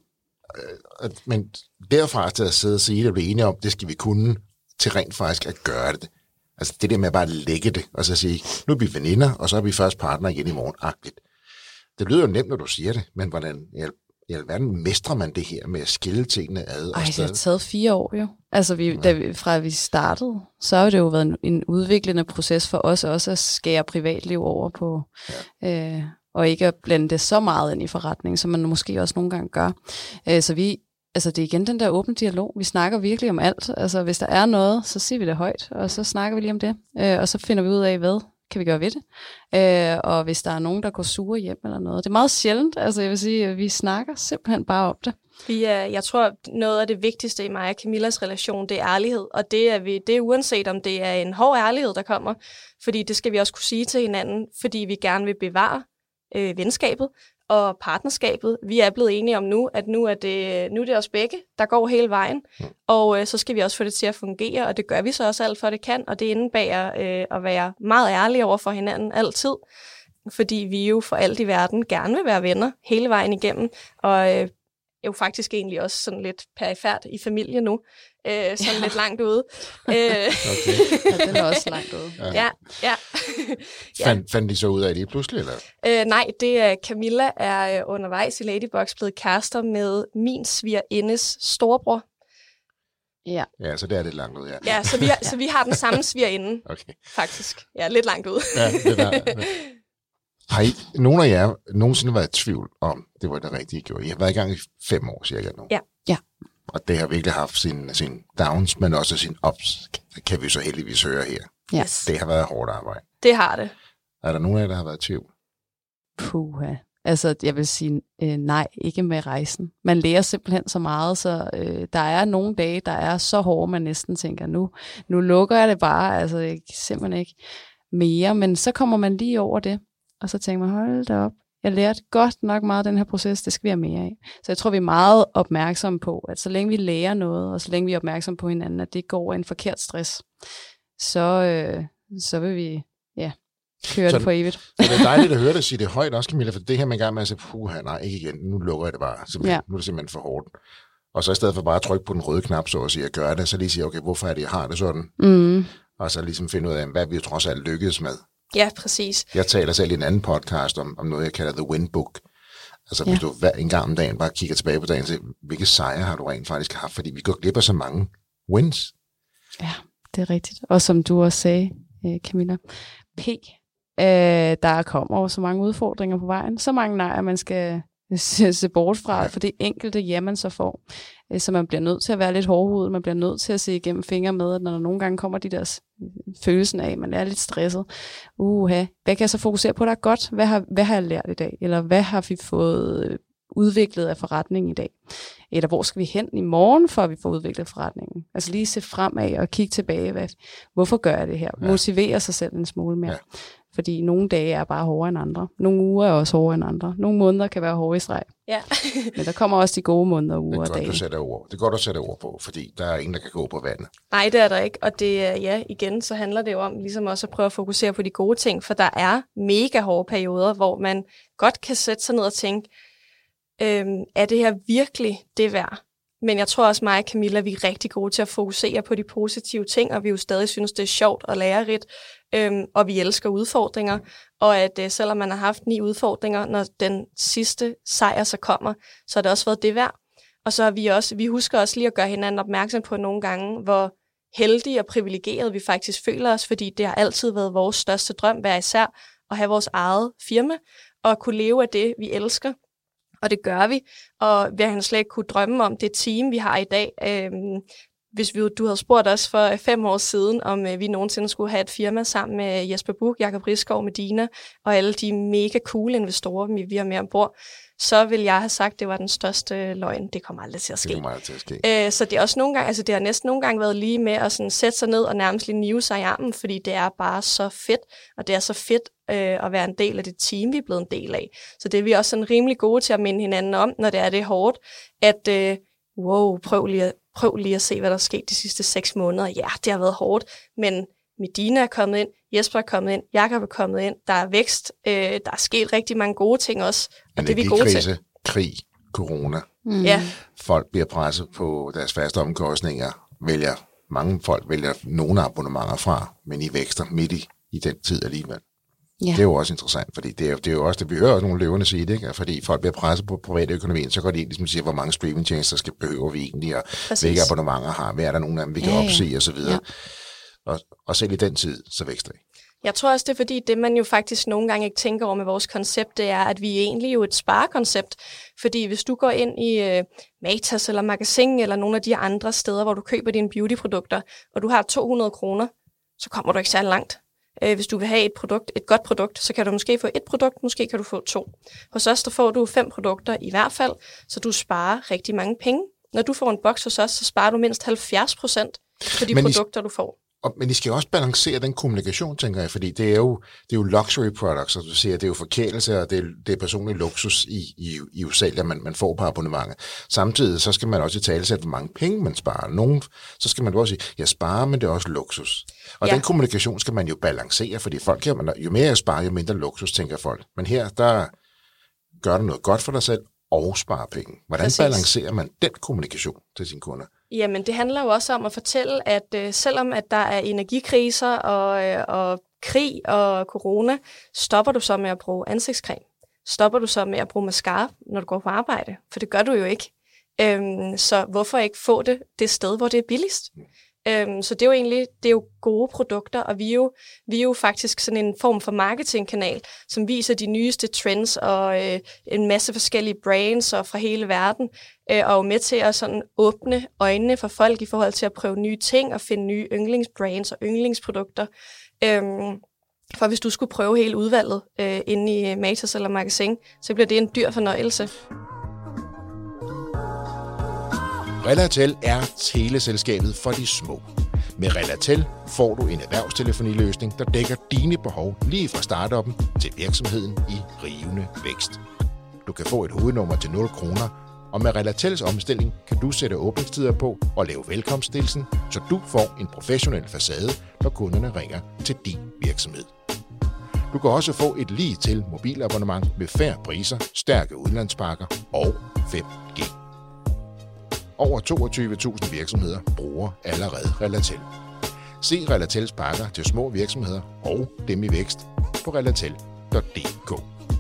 Øh, Men derfra til at sidde og sige det og blive enige om, det skal vi kunne til rent faktisk at gøre det. Altså det der med at bare lægge det, og så sige, nu er vi veninder, og så er vi først partner igen i morgen-agtigt. Det lyder jo nemt, når du siger det, men hvordan i alverden mestrer man det her med at skille tingene ad? Ej, det har taget fire år jo. Altså vi, ja. da vi, fra vi startede, så har det jo været en, en udviklende proces for os også at skære privatliv over på, ja. øh, og ikke at blande det så meget ind i forretning, som man måske også nogle gange gør. Øh, så vi Altså det er igen den der åbne dialog. Vi snakker virkelig om alt. Altså hvis der er noget, så siger vi det højt, og så snakker vi lige om det. Øh, og så finder vi ud af, hvad kan vi gøre ved det. Øh, og hvis der er nogen, der går sure hjem eller noget. Det er meget sjældent. Altså jeg vil sige, at vi snakker simpelthen bare om det. Vi er, jeg tror, noget af det vigtigste i mig og Camillas relation, det er ærlighed. Og det er, vi, det er uanset om det er en hård ærlighed, der kommer. Fordi det skal vi også kunne sige til hinanden, fordi vi gerne vil bevare øh, venskabet og partnerskabet. Vi er blevet enige om nu, at nu er det, nu er det os begge, der går hele vejen. Mm. Og øh, så skal vi også få det til at fungere, og det gør vi så også alt for det kan. Og det indebærer øh, at være meget ærlige over for hinanden altid. Fordi vi jo for alt i verden gerne vil være venner hele vejen igennem. Og øh, jo faktisk egentlig også sådan lidt perifært i familie nu. Øh, sådan ja. lidt langt ude. Okay. Ja, den er også langt ude. Ja, ja. ja. Fand, fandt de så ud af det pludselig, eller? Øh, nej, det er Camilla er undervejs i Ladybugs blevet kærester med min svigerindes storebror. Ja. Ja, så det er lidt langt ud, ja. Ja, så vi har, så vi har den samme svigerinde, okay. faktisk. Ja, lidt langt ud. Ja, det der. Har I, nogen af jer nogensinde været i tvivl om, det var det rigtige, I gjorde? I har været i gang i fem år cirka nu. Ja. Ja. Og det har virkelig haft sine sin downs, men også sin ups, kan vi så heldigvis høre her. Yes. Det har været hårdt arbejde. Det har det. Er der nogen af jer, der har været i tvivl? Puha. Altså, jeg vil sige øh, nej, ikke med rejsen. Man lærer simpelthen så meget, så øh, der er nogle dage, der er så hårde, man næsten tænker, nu, nu lukker jeg det bare, altså jeg simpelthen ikke mere. Men så kommer man lige over det, og så tænker man, hold da op. Jeg lærte godt nok meget af den her proces, det skal vi have mere af. Så jeg tror, vi er meget opmærksomme på, at så længe vi lærer noget, og så længe vi er opmærksomme på hinanden, at det går en forkert stress, så, øh, så vil vi ja, køre så, det for evigt. Så det er dejligt at høre dig sige det højt også, Camilla, for det her man gerne med at sige, puha, nej, ikke igen, nu lukker jeg det bare. Ja. Nu er det simpelthen for hårdt. Og så i stedet for bare at trykke på den røde knap, så at sige, at gøre det, så lige sige, okay, hvorfor er det, jeg har det sådan? Mm. Og så ligesom finde ud af, hvad vi trods alt lykkedes med. Ja, præcis. Jeg taler selv i en anden podcast om, om noget, jeg kalder The Win Book. Altså ja. Hvis du hver en gang om dagen bare kigger tilbage på dagen og siger, hvilke sejre har du rent faktisk haft? Fordi vi går glip af så mange wins. Ja, det er rigtigt. Og som du også sagde, Camilla, P, øh, der kommer jo så mange udfordringer på vejen. Så mange nejer, man skal se, se bort fra, ja. For det enkelte ja, man så får. Så man bliver nødt til at være lidt hårdhudet, man bliver nødt til at se igennem fingre med, at når der nogle gange kommer de der følelsen af, at man er lidt stresset. Uha, hvad kan jeg så fokusere på, der er godt? Hvad har, hvad har jeg lært i dag? Eller hvad har vi fået udviklet af forretningen i dag? Eller hvor skal vi hen i morgen, for at vi får udviklet forretningen? Altså lige se fremad og kigge tilbage. Hvad, hvorfor gør jeg det her? Ja. Motivere sig selv en smule mere. Ja. Fordi nogle dage er bare hårdere end andre. Nogle uger er også hårdere end andre. Nogle måneder kan være hårde i streg. Ja. Men der kommer også de gode måneder, uger og dage. Det er godt, du sætter ord. Det er godt at sætte ord på, fordi der er ingen, der kan gå på vandet. Nej, det er der ikke. Og det, ja, igen, så handler det jo om ligesom også at prøve at fokusere på de gode ting. For der er mega hårde perioder, hvor man godt kan sætte sig ned og tænke, øhm, er det her virkelig det værd? Men jeg tror også mig og Camilla, vi er rigtig gode til at fokusere på de positive ting, og vi jo stadig synes, det er sjovt og lærerigt, øhm, og vi elsker udfordringer. Og at øh, selvom man har haft ni udfordringer, når den sidste sejr så kommer, så har det også været det værd. Og så har vi også, vi husker også lige at gøre hinanden opmærksom på nogle gange, hvor heldige og privilegerede vi faktisk føler os, fordi det har altid været vores største drøm, hver især, at have vores eget firma, og kunne leve af det, vi elsker. Og det gør vi, og vi har slet ikke kunne drømme om det team, vi har i dag. Øhm, hvis vi, du havde spurgt os for fem år siden, om øh, vi nogensinde skulle have et firma sammen med Jesper Buch, Jakob Risgaard, Medina og alle de mega cool investorer, vi, vi har med ombord, så vil jeg have sagt, at det var den største løgn. Det kommer aldrig til at ske. Det kommer aldrig til at ske. Øh, så det er også nogle gange, altså det har næsten nogle gange været lige med at sådan sætte sig ned og nærmest lige nive sig i armen, fordi det er bare så fedt, og det er så fedt øh, at være en del af det team, vi er blevet en del af. Så det er vi også sådan rimelig gode til at minde hinanden om, når det er det hårdt, at øh, wow, prøv lige, at, prøv lige at se, hvad der er sket de sidste seks måneder. Ja, det har været hårdt, men Medina er kommet ind, Jesper er kommet ind, Jakob er kommet ind, der er vækst, øh, der er sket rigtig mange gode ting også, og det er vi gode til. Krig, corona, mm. ja. Folk bliver presset på deres faste omkostninger, vælger mange folk vælger nogle abonnementer fra, men I vækster midt i, i den tid alligevel. Ja. Det er jo også interessant, fordi det er, det er jo også det, vi hører også nogle løvende sige det, ikke? Fordi folk bliver presset på private økonomien, så går de ind ligesom siger, hvor mange streamingtjenester skal behøver vi egentlig, og præcis. Hvilke abonnementer har, hvad er der nogle af dem, vi kan ja, ja. opsige, og så videre. Ja. Og, og selv i den tid, så vækster det. Jeg tror også, det er fordi, det man jo faktisk nogle gange ikke tænker over med vores koncept, det er, at vi er egentlig jo et sparekoncept. Fordi hvis du går ind i uh, Matas eller Magasin eller nogle af de andre steder, hvor du køber dine beautyprodukter, og du har to hundrede kroner, så kommer du ikke særlig langt. Uh, hvis du vil have et produkt, et godt produkt, så kan du måske få et produkt, måske kan du få to. Hos os, der får du fem produkter i hvert fald, så du sparer rigtig mange penge. Når du får en boks hos os, så sparer du mindst halvfjerds procent på de Men produkter, du får. Og, men I skal jo også balancere den kommunikation, tænker jeg, fordi det er jo, det er jo luxury products, og du siger, det er jo forkælelse, og det er, det er personlig luksus i, i, i U S A, man, man får på abonnementet. Samtidig så skal man også i tale sætte, hvor mange penge man sparer. Nogen, så skal man også sige, jeg sparer, men det er også luksus. Og ja. Den kommunikation skal man jo balancere, fordi folk her, jo mere jeg sparer, jo mindre luksus, tænker folk. Men her, der gør du noget godt for dig selv, og sparer penge. Hvordan Præcis. Balancerer man den kommunikation til sine kunder? Jamen, det handler jo også om at fortælle, at øh, selvom at der er energikriser og, øh, og krig og corona, stopper du så med at bruge ansigtscreme? Stopper du så med at bruge mascara, når du går på arbejde? For det gør du jo ikke. Øhm, så hvorfor ikke få det det sted, hvor det er billigst? Mm. Øhm, så det er jo egentlig det er jo gode produkter, og vi er jo, vi er jo faktisk sådan en form for marketingkanal, som viser de nyeste trends og øh, en masse forskellige brands og fra hele verden, øh, og er med til at sådan åbne øjnene for folk i forhold til at prøve nye ting og finde nye yndlingsbrands og yndlingsprodukter. Øhm, for hvis du skulle prøve hele udvalget øh, inde i Matas eller Magasin, så bliver det en dyr fornøjelse. Relatel er teleselskabet for de små. Med Relatel får du en erhvervstelefoniløsning, der dækker dine behov lige fra startuppen til virksomheden i rivende vækst. Du kan få et hovednummer til nul kroner, og med Relatels omstilling kan du sætte åbningstider på og lave velkomststilsen, så du får en professionel facade, når kunderne ringer til din virksomhed. Du kan også få et lige til mobilabonnement med fair priser, stærke udlandspakker og fem G. Over toogtyve tusind virksomheder bruger allerede Relatel. Se Relatels pakker til små virksomheder og dem i vækst på relatel punktum d k.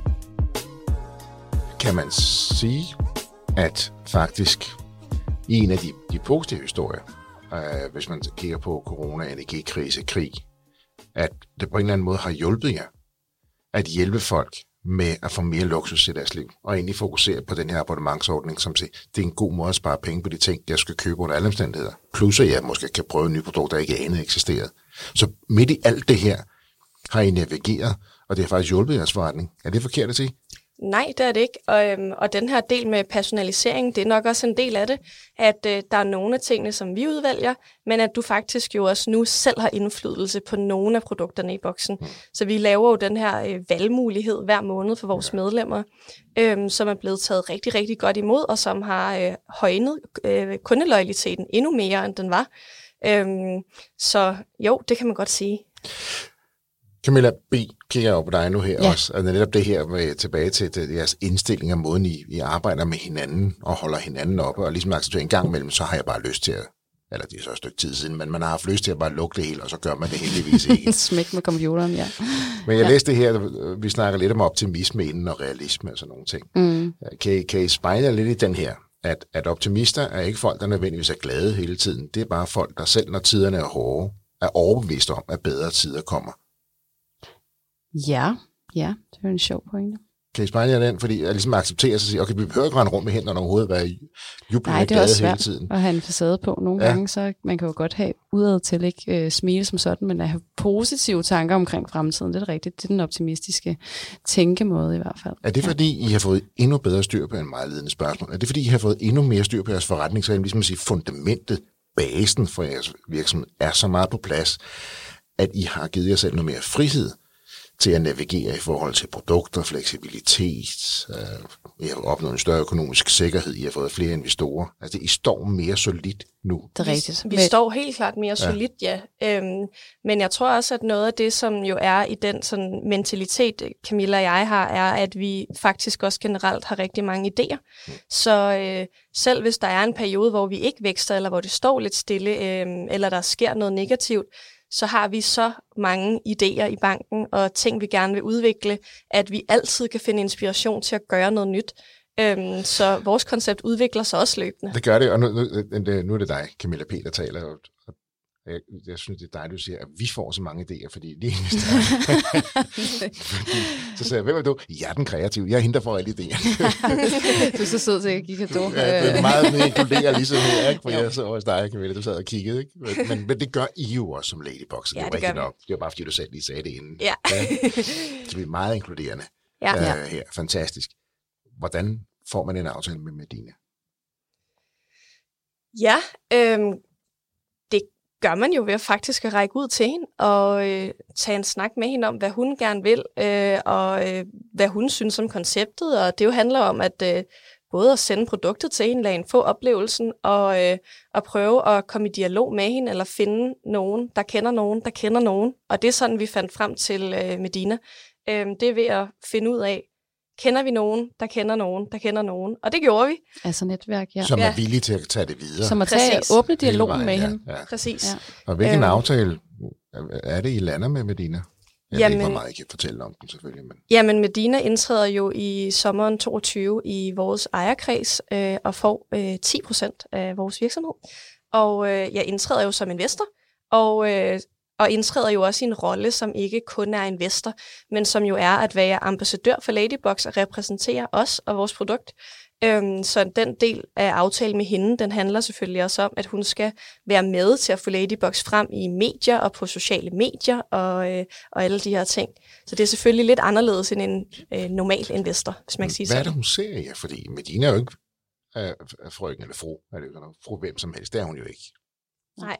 Kan man sige, at faktisk i en af de, de positive historier, øh, hvis man kigger på corona, energikrise, krig, at det på en eller anden måde har hjulpet jer at hjælpe folk med at få mere luksus i deres liv, og egentlig fokusere på den her abonnementsordning, som siger, det er en god måde at spare penge på de ting, jeg skal købe under alle omstændigheder. Plus at jeg måske kan prøve nye produkter, der ikke anede eksisterede. Så midt i alt det her har I navigeret, og det har faktisk hjulpet jeres forretning. Er det forkert at sige? Nej, det er det ikke. Og, øhm, og den her del med personalisering, det er nok også en del af det, at øh, der er nogle af tingene, som vi udvælger, men at du faktisk jo også nu selv har indflydelse på nogle af produkterne i boksen. Mm. Så vi laver jo den her øh, valgmulighed hver måned for vores ja. medlemmer, øh, som er blevet taget rigtig, rigtig godt imod, og som har øh, højnet øh, kundeloyaliteten endnu mere, end den var. Øh, så jo, det kan man godt sige. Camilla B. kigger jeg over på dig nu her ja. også, og netop det her med tilbage til det, jeres indstilling og måden, I, I arbejder med hinanden og holder hinanden oppe, og ligesom accepterer en gang imellem, så har jeg bare lyst til at, eller det er så et stykke tid siden, men man har haft lyst til at bare lukke det hele, og så gør man det heldigvis ikke. Smæk med computeren, ja. Men jeg ja. læste det her, vi snakker lidt om optimisme inden og realisme og sådan nogle ting. Mm. Kan, kan I spejle lidt i den her, at, at optimister er ikke folk, der nødvendigvis er glade hele tiden, det er bare folk, der selv når tiderne er hårde, er overbevist om, at bedre tider kommer. Ja, ja, det er en sjov pointe. Kan I spejle jer den? Fordi jeg ligesom accepterer sig og siger, okay, vi behøver ikke rende rundt med hænderne overhovedet, være jublende og glade hele tiden. At have en facade på nogle ja. gange, så man kan jo godt have udad til ikke øh, smile som sådan, men at have positive tanker omkring fremtiden, det er rigtigt. Det er den optimistiske tænkemåde i hvert fald. Er det fordi, I har fået endnu bedre styr på en meget ledende spørgsmål? Er det fordi, I har fået endnu mere styr på jeres forretning, så ligesom at sige, fundamentet, basen for jeres virksomhed er så meget på plads, at I har givet jer selv noget mere frihed til at navigere i forhold til produkter, fleksibilitet, øh, I har opnået en større økonomisk sikkerhed, I har fået flere investorer. Altså, I står mere solidt nu. Det er rigtigt. Vi, vi står helt klart mere solidt, ja. ja. Øhm, men jeg tror også, at noget af det, som jo er i den sådan, mentalitet, Camilla og jeg har, er, at vi faktisk også generelt har rigtig mange idéer. Mm. Så øh, selv hvis der er en periode, hvor vi ikke vækster, eller hvor det står lidt stille, øh, eller der sker noget negativt, så har vi så mange idéer i banken og ting, vi gerne vil udvikle, at vi altid kan finde inspiration til at gøre noget nyt. Øhm, så vores koncept udvikler sig også løbende. Det gør det, og nu, nu, nu er det dig, Camilla P., der taler. Og jeg, jeg synes, det er dig, du siger, at vi får så mange idéer, fordi lige eneste så sagde jeg, hvem er du? Jeg er den kreative. Jeg er hende, der får alle idéer. Du er så sød til at give kado. Ja, det er meget mere inkluderer ligesom her, ikke? For ja. Jeg så også dig, Camilla, du sad og kiggede, ikke? Men, men det gør I jo også som Ladybox, ja, det er det rigtigt nok. Det var bare, fordi du selv lige sagde det inden. Ja. Ja. Så vi er meget inkluderende ja. uh, her. Fantastisk. Hvordan får man en aftale med Medina? Ja, øhm, det gør man jo ved at faktisk at række ud til hende og øh, tage en snak med hende om, hvad hun gerne vil, øh, og øh, hvad hun synes om konceptet. Og det jo handler om at øh, både at sende produktet til hende, lade hende få oplevelsen, og øh, at prøve at komme i dialog med hende, eller finde nogen, der kender nogen, der kender nogen. Og det er sådan, vi fandt frem til øh, Medina. Øh, det er ved at finde ud af, kender vi nogen, der kender nogen, der kender nogen. Og det gjorde vi. Altså netværk, ja. Som er ja. villige til at tage det videre. Som at tage åbne dialogen med ja, hende. Ja. Præcis. Ja. Og hvilken øhm, aftale er det, I lander med Medina? Jeg jamen, ved ikke, hvor meget I kan fortælle om den selvfølgelig. Men... Jamen, Medina indtræder jo i sommeren toogtyve i vores ejerkreds øh, og får øh, ti procent af vores virksomhed. Og øh, jeg indtræder jo som investor, og øh, og indtræder jo også i en rolle, som ikke kun er investor, men som jo er at være ambassadør for Ladybox og repræsentere os og vores produkt. Øhm, så den del af aftalen med hende, den handler selvfølgelig også om, at hun skal være med til at få Ladybox frem i medier og på sociale medier og, øh, og alle de her ting. Så det er selvfølgelig lidt anderledes end en øh, normal investor, hvis man kan sige sådan. Hvad er sådan. det, hun ser i jer? Fordi Medina er jo ikke øh, frøken eller fru, er det jo fru hvem som helst. Det er hun jo ikke. Nej.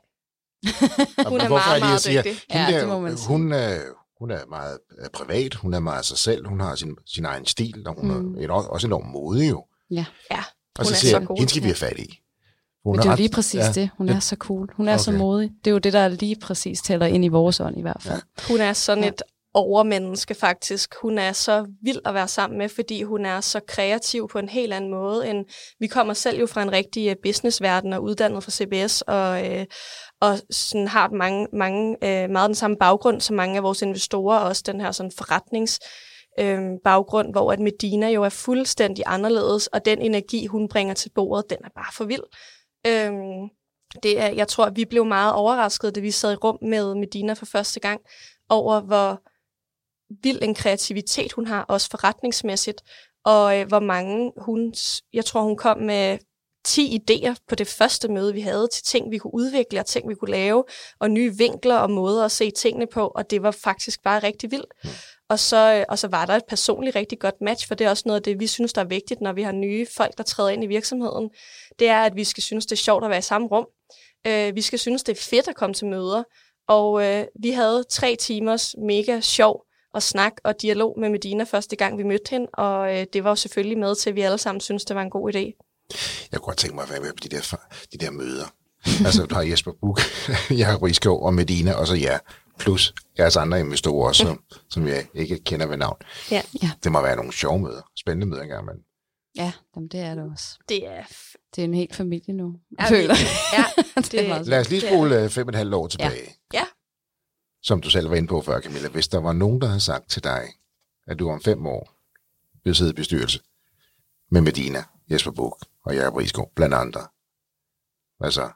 Hun er meget, meget siger, dygtig. Ja, der, det må man sige. Hun er, hun er meget privat, hun er meget sig selv, hun har sin, sin egen stil, og hun mm. er også enormt modig jo. Ja, ja og så er siger så god. Hende skal vi have fat i. Hun det er jo lige præcis ja, det. Hun ja. er så cool. Hun er okay. så modig. Det er jo det, der lige præcis tæller ind i vores ånd i hvert fald. Ja. Hun er sådan ja. et overmenneske faktisk. Hun er så vild at være sammen med, fordi hun er så kreativ på en helt anden måde end vi kommer selv jo fra en rigtig businessverden og uddannet fra C B S og øh, og sådan har mange mange øh, meget den samme baggrund som mange af vores investorer, og også den her sådan forretnings øh, baggrund, hvor at Medina jo er fuldstændig anderledes, og den energi hun bringer til bordet, den er bare for vild. Øh, det er, jeg tror, at vi blev meget overrasket, da vi sad i rum med Medina for første gang over hvor vild en kreativitet hun har, også forretningsmæssigt, og øh, hvor mange hun, jeg tror hun kom med ti idéer på det første møde, vi havde, til ting, vi kunne udvikle, og ting, vi kunne lave, og nye vinkler og måder at se tingene på, og det var faktisk bare rigtig vildt. Mm. Og, så, og så var der et personligt rigtig godt match, for det er også noget af det, vi synes, der er vigtigt, når vi har nye folk, der træder ind i virksomheden. Det er, at vi skal synes, det er sjovt at være i samme rum. Øh, vi skal synes, det er fedt at komme til møder, og øh, vi havde tre timers mega sjov og snak og dialog med Medina første gang, vi mødte hende, og øh, det var jo selvfølgelig med til, at vi alle sammen synes det var en god idé. Jeg kunne godt tænke mig at være med på de der, de der møder. Altså, du har Jesper Buch, Jakob Risgaard og Medina, og så jer, plus jeres andre investorer også, som, som jeg ikke kender ved navn. Ja. Ja. Det må være nogle sjove møder, spændende møder engang, men... Ja, jamen, det er det også. Det er... F- det er en hel familie nu, jeg føler. Ja, det, det er Lad os lige spole fem og et halvt år tilbage. Ja. Ja. Som du selv var inde på før, Camilla. Hvis der var nogen, der havde sagt til dig, at du om fem år ville sidde i bestyrelse med Medina, Jesper Buch og Jakob Risgaard, blandt andre. Hvad så?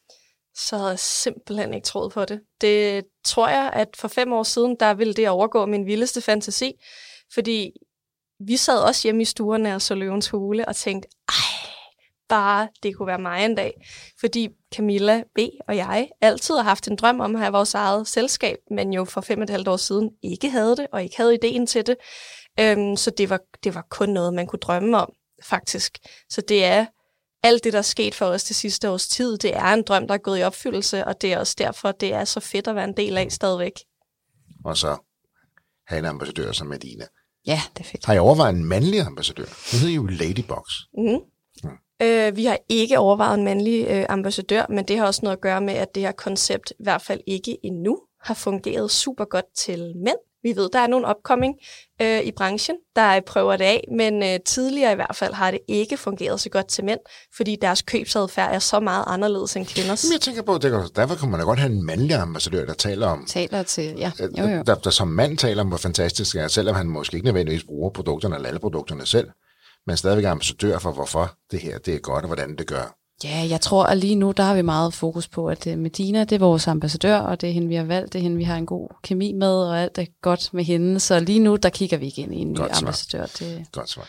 Så havde jeg simpelthen ikke troet på det. Det tror jeg, at for fem år siden, der ville det overgå min vildeste fantasi. Fordi vi sad også hjemme i stuerne og så Løvens Hule og tænkte, ej, bare det kunne være mig en dag. Fordi Camilla B. og jeg altid har haft en drøm om at have vores eget selskab, men jo for fem og et halvt år siden ikke havde det, og ikke havde ideen til det. Øhm, så det var, det var kun noget, man kunne drømme om, faktisk. Så det er alt det, der er sket for os det sidste års tid, det er en drøm, der er gået i opfyldelse, og det er også derfor, det er så fedt at være en del af stadigvæk. Og så have en ambassadør som Medina. Ja, det er fedt. Har I overvejet en mandlig ambassadør? Hun hedder jo Ladybox. Mm. Mm. Øh, vi har ikke overvejet en mandlig øh, ambassadør, men det har også noget at gøre med, at det her koncept i hvert fald ikke endnu har fungeret super godt til mænd. Vi ved, der er nogle upcoming øh, i branchen, der prøver det af, men øh, tidligere i hvert fald har det ikke fungeret så godt til mænd, fordi deres købsadfærd er så meget anderledes end kvinders. Men jeg tænker på, det, derfor kan man da godt have en mandlig ambassadør, der taler om... Taler til, ja. Jo, jo. Der, der som mand taler om, hvor fantastisk det er, selvom han måske ikke nødvendigvis bruger produkterne eller alle produkterne selv, men stadigvæk er ambassadør for, hvorfor det her det er godt, og hvordan det gør. Ja, jeg tror, at lige nu, der har vi meget fokus på, at Medina, det er vores ambassadør, og det er hende, vi har valgt, det er hende, vi har en god kemi med, og alt er godt med hende. Så lige nu, der kigger vi ikke ind i en ny ambassadør. Det... Godt svar.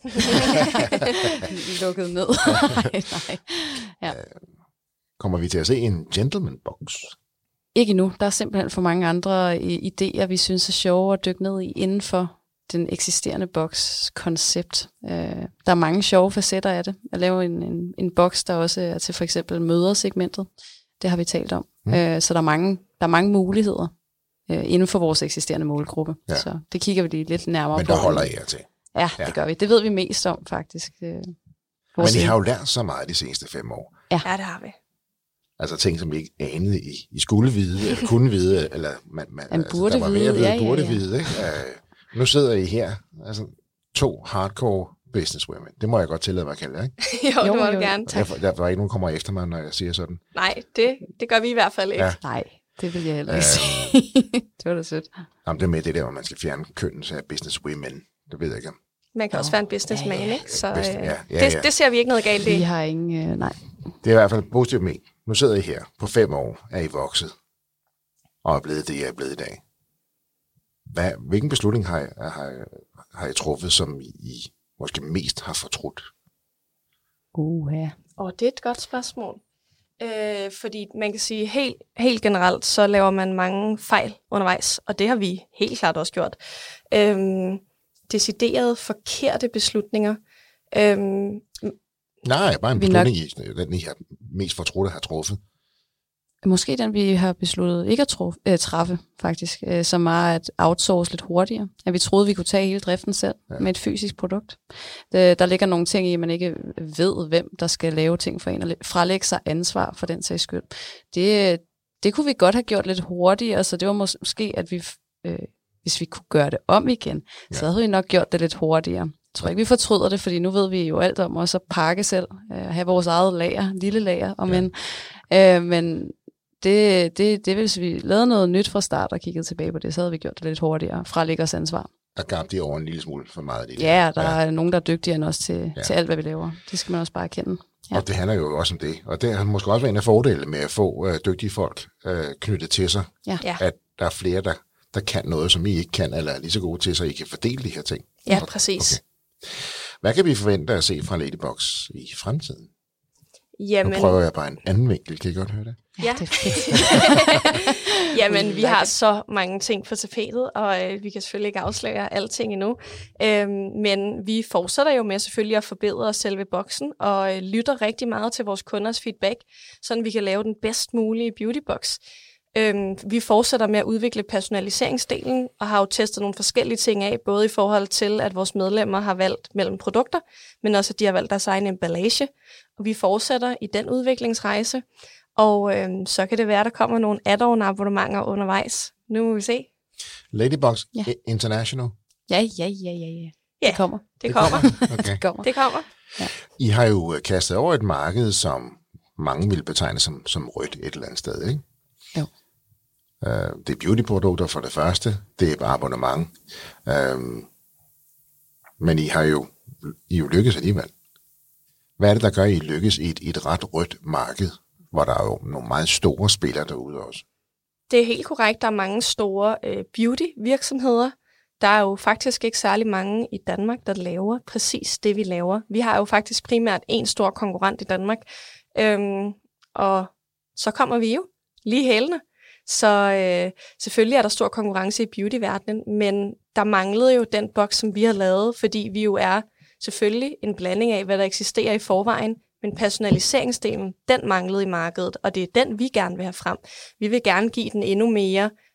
Lukket ned. nej, nej. Ja. Kommer vi til at se en gentleman box? Ikke endnu. Der er simpelthen for mange andre idéer, vi synes er sjove at dykke ned i inden for den eksisterende boks-koncept. Øh, der er mange sjove facetter af det. At lave en, en, en boks, der også er til for eksempel mødersegmentet. Det har vi talt om. Mm. Øh, så der er, mange, der er mange muligheder øh, inden for vores eksisterende målgruppe. Ja. Så det kigger vi lige lidt nærmere Men på. Men der holder jeg til. Ja, ja, det gør vi. Det ved vi mest om, faktisk. Øh, Men I har jo lært så meget de seneste fem år. Ja, ja det har vi. Altså ting, som I ikke anede, I, I skulle vide, eller kunne vide, eller man, man, man altså, burde der var vide. mere, Ja, ja, burde ja. vide. Ikke? Uh, nu sidder I her, altså to hardcore businesswomen. Det må jeg godt tillade mig at kalde det, ikke? jo, Jo, det må jo. du gerne. Der, der, der er ikke nogen, der kommer efter mig, når jeg siger sådan. Nej, det, det gør vi i hvert fald ikke. Ja. Nej, det vil jeg heller ikke Øh, sige. Det var da sødt. Jamen, det er med det der, hvor man skal fjerne kønnen, så er businesswomen. Det ved jeg ikke om. Man kan også være en businessman, Ja, ja. ikke? Så Bedst- øh, ja, ja, det, ja. det ser vi ikke noget galt i. Vi har ingen... Øh, nej. Det er i hvert fald positivt med. Nu sidder I her. På fem år er I vokset. Og er blevet det, I er blevet i dag. Hvad, hvilken beslutning har I, har, har I truffet, som I måske mest har fortrudt? Uha. Og det er et godt spørgsmål. Øh, fordi man kan sige, helt, helt generelt, så laver man mange fejl undervejs, og det har vi helt klart også gjort. Øh, deciderede forkerte beslutninger. Øh, Nej, bare en Vi beslutning, nok... I, den I har mest fortrudt har truffet. Måske den, vi har besluttet ikke at tro, øh, træffe, faktisk, øh, som er at outsource lidt hurtigere. At vi troede, vi kunne tage hele driften selv ja. med et fysisk produkt. Det, der ligger nogle ting i, at man ikke ved, hvem der skal lave ting for en, og frelægge sig ansvar for den sags skyld. Det, det kunne vi godt have gjort lidt hurtigere, så det var mås- måske, at vi, øh, hvis vi kunne gøre det om igen, ja. så havde vi nok gjort det lidt hurtigere. Jeg tror ikke, vi fortryder det, fordi nu ved vi jo alt om også at pakke selv, øh, have vores eget lager, lille lager, og ja. men, øh, men Det, det, det hvis vi lavede noget nyt fra start og kiggede tilbage på det, så havde vi gjort det lidt hurtigere fra at lægge os ansvar. Der gav de over en lille smule for meget af det. Ja, der ja. er nogen, der er dygtigere end os til, ja. til alt, hvad vi laver. Det skal man også bare erkende. Ja. Og det handler jo også om det. Og det har måske også været en af fordele med at få øh, dygtige folk øh, knyttet til sig. Ja. At der er flere, der, der kan noget, som I ikke kan, eller er lige så gode til, så I kan fordele de her ting. Ja, præcis. Okay. Hvad kan vi forvente at se fra Ladybox i fremtiden? Jamen, nu prøver jeg bare en anden vinkel. Kan I godt høre det? Ja, det er fedt. Jamen, vi har så mange ting på tapetet, og øh, vi kan selvfølgelig ikke afsløre alting endnu. Øhm, men vi fortsætter jo med selvfølgelig at forbedre selve boksen, og øh, lytter rigtig meget til vores kunders feedback, så vi kan lave den bedst mulige beautybox. Øhm, vi fortsætter med at udvikle personaliseringsdelen, og har jo testet nogle forskellige ting af, både i forhold til, at vores medlemmer har valgt mellem produkter, men også, at de har valgt deres egen emballage. Og vi fortsætter i den udviklingsrejse, og øhm, så kan det være, at der kommer nogle add-on abonnementer undervejs. Nu må vi se. Ladybox Ja. International? Ja, ja, ja, ja, ja. Ja, Det kommer. Det kommer. Okay. Det kommer. Det kommer. Ja. I har jo kastet over et marked, som mange vil betegne som, som rødt et eller andet sted, ikke? Jo. Uh, det er beautyprodukter for det første. Det er bare abonnement. Uh, men I har jo, I jo lykkes alligevel. Hvad er det, der gør, at I lykkes i et, i et ret rødt marked, hvor der er jo nogle meget store spillere derude også? Det er helt korrekt. Der er mange store øh, beauty-virksomheder. Der er jo faktisk ikke særlig mange i Danmark, der laver præcis det, vi laver. Vi har jo faktisk primært en stor konkurrent i Danmark. Øhm, og så kommer vi jo lige hælende. Så øh, selvfølgelig er der stor konkurrence i beautyverdenen, men der manglede jo den boks, som vi har lavet, fordi vi jo er selvfølgelig en blanding af, hvad der eksisterer i forvejen, men personaliseringsdelen, den manglede i markedet, og det er den, vi gerne vil have frem. Vi vil gerne give den endnu mere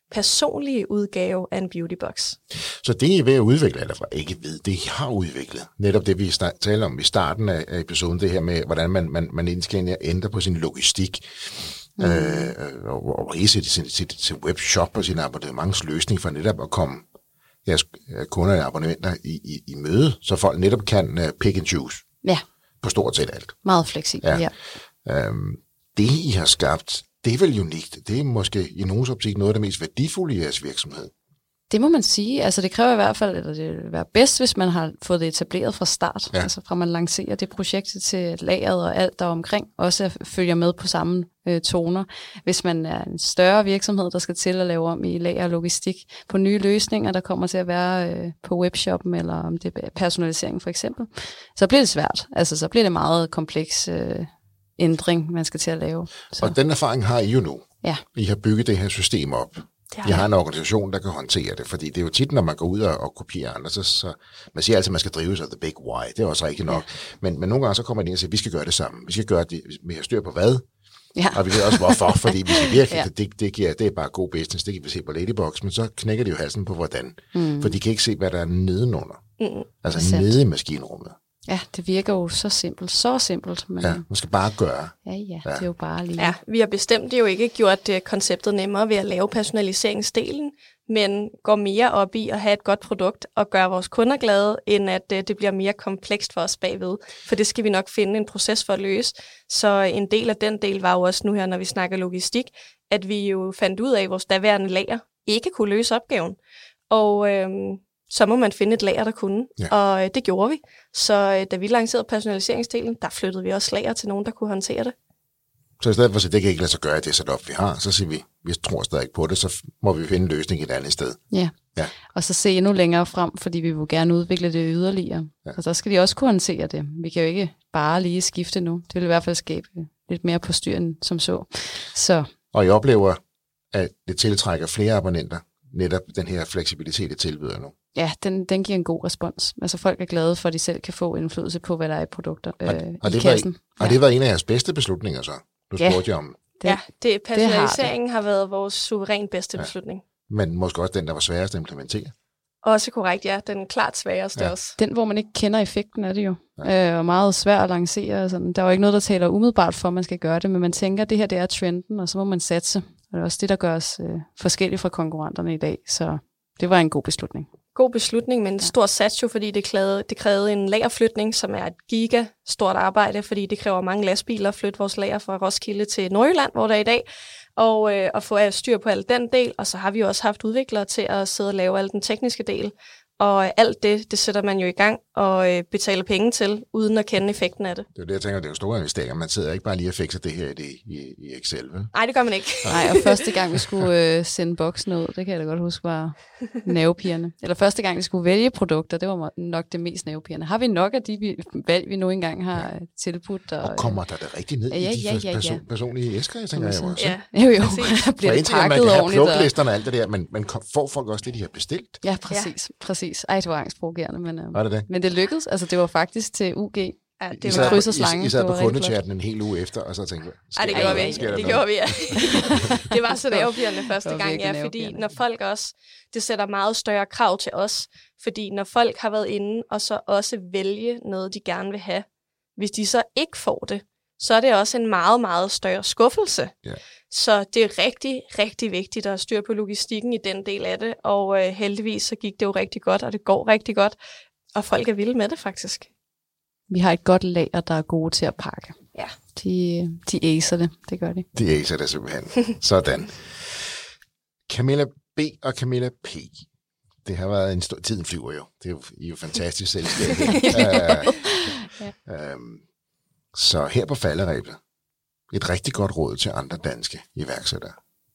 personlige udgave af en beautybox. Så det, I er ved at udvikle, eller ikke ved, det I har udviklet, netop det, vi taler om i starten af episoden, det her med, hvordan man, man, man egentlig ændrer på sin logistik, mm. øh, og, og rise sin, sin, sin webshop og sin abonnementsløsning for netop at komme jeres kunder og abonnenter i, i, i møde, så folk netop kan uh, pick and choose ja. På stort set alt. Meget fleksibelt, ja. ja. Øhm, det, I har skabt, det er vel unikt. Det er måske i nogens optik noget af det mest værdifulde i jeres virksomhed. Det må man sige. Altså det kræver i hvert fald, eller det vil være bedst, hvis man har fået det etableret fra start. Ja. Altså fra man lancerer det projekt til lageret og alt der omkring, også følger med på samme øh, toner. Hvis man er en større virksomhed, der skal til at lave om i lager og logistik på nye løsninger, der kommer til at være øh, på webshoppen, eller om det er personalisering for eksempel, så bliver det svært. Altså så bliver det meget kompleks øh, ændring, man skal til at lave. Så. Og den erfaring har I jo nu. Ja. I har bygget det her system op. I har en organisation, der kan håndtere det, fordi det er jo tit, når man går ud og, og kopierer andre, så, så man siger altid, at man skal drive sig the big why. Det er også rigtigt nok. Ja. Men, men nogle gange så kommer man ind og siger, at vi skal gøre det sammen. Vi skal gøre det, vi har styr på hvad, ja. Og vi ved også hvorfor, fordi vi skal virkelig, ja. det, det, giver, det er bare god business, det kan vi se på Ladybox, men så knækker de jo halsen på hvordan, mm. for de kan ikke se, hvad der er nedenunder. Mm. Altså nede i maskinrummet. Ja, det virker jo så simpelt, så simpelt. Men... Ja, man skal bare gøre. Ja, ja, ja, det er jo bare lige... Ja, vi har bestemt jo ikke gjort uh, konceptet nemmere ved at lave personaliseringsdelen, men går mere op i at have et godt produkt og gøre vores kunder glade, end at uh, det bliver mere komplekst for os bagved. For det skal vi nok finde en proces for at løse. Så en del af den del var jo også nu her, når vi snakker logistik, at vi jo fandt ud af, at vores daværende lager ikke kunne løse opgaven. Og... Øhm, så må man finde et lager, der kunne. Ja. Og øh, det gjorde vi. Så øh, da vi lancerede personaliseringsdelen, der flyttede vi også lager til nogen, der kunne håndtere det. Så i stedet for at sige, det kan ikke lade sig gøre, det setup, vi har, så siger vi, vi tror stadig ikke på det, så må vi finde en løsning et andet sted. Ja, ja. Og så se endnu længere frem, fordi vi vil gerne udvikle det yderligere. Ja. Og så skal de også kunne håndtere det. Vi kan jo ikke bare lige skifte nu. Det vil i hvert fald skabe lidt mere på styren som så. så. Og I oplever, at det tiltrækker flere abonnenter, netop den her fleksibilitet, det tilbyder nu. Ja, den, den giver en god respons. Altså folk er glade for, at de selv kan få indflydelse på, hvad der er i produkter øh, og, og i det kassen. Var, og ja. Det var en af jeres bedste beslutninger så? Du ja. spurgte jer om. Det, ja, det, personaliseringen det har, det. har været vores suveræn bedste ja. beslutning. Men måske også den, der var sværest at implementere. Også korrekt, ja. Den er klart sværeste ja. også. Den, hvor man ikke kender effekten af det jo. Ja. Øh, og meget svært at lancere. Sådan. Der er jo ikke noget, der taler umiddelbart for, at man skal gøre det, men man tænker, at det her det er trenden, og så må man satse. Og det er også det, der gør os øh, forskellige fra konkurrenterne i dag. Så det var en god beslutning. God beslutning, men en stor sats jo, fordi det krævede, det krævede en lagerflytning, som er et giga stort arbejde, fordi det kræver mange lastbiler at flytte vores lager fra Roskilde til Nordjylland, hvor der er i dag, og øh, at få styr på al den del, og så har vi jo også haft udviklere til at sidde og lave al den tekniske del, og alt det, det sætter man jo i gang og øh, betaler penge til, uden at kende effekten af det. Det er det, jeg tænker, det er jo store investeringer. Man sidder ikke bare lige og fikser det her i, i, i Excel, vel? Nej, det gør man ikke. Nej, og første gang, vi skulle øh, sende boksen ud, det kan jeg da godt huske, var nervepirrende. Eller første gang, vi skulle vælge produkter, det var nok det mest nervepirrende. Har vi nok af de vi, valg, vi nu engang har ja. tilbudt? Og, og kommer der det rigtig ned ja, ja, i de ja, ja, ja. Person, personlige æsker, jeg tænker jeg også? Ja, jo jo, der bliver det pakket ordentligt. Man kan have pluklisterne og alt det der, men, men får folk også det, de har bestilt? Ja, præcis. Ja. præcis. Ej, det var angstprovokerende, men, øh, var det det? men det lykkedes. Altså, det var faktisk til U G. Ja, det I var kryds og slange. I, I sad på kundechatten en hel uge efter, og så tænkte jeg, Ej, det gjorde vi. Det gjorde vi, ja. Det var så nervepirrende første gang, ja, fordi når folk også, det sætter meget større krav til os, fordi når folk har været inde, og så også vælge noget, de gerne vil have, hvis de så ikke får det, så er det også en meget, meget større skuffelse. Ja. Så det er rigtig, rigtig vigtigt at styre på logistikken i den del af det, og øh, heldigvis så gik det jo rigtig godt, og det går rigtig godt, og folk er vilde med det faktisk. Vi har et godt lager, der er gode til at pakke. Ja. De, de acer det, det gør de. De acer det simpelthen. Sådan. Camilla B og Camilla P. Det har været en stor... Tiden flyver jo. Det er jo, I er jo fantastisk selskab. uh, ja. um, så her på falderebet, et rigtig godt råd til andre danske iværksættere.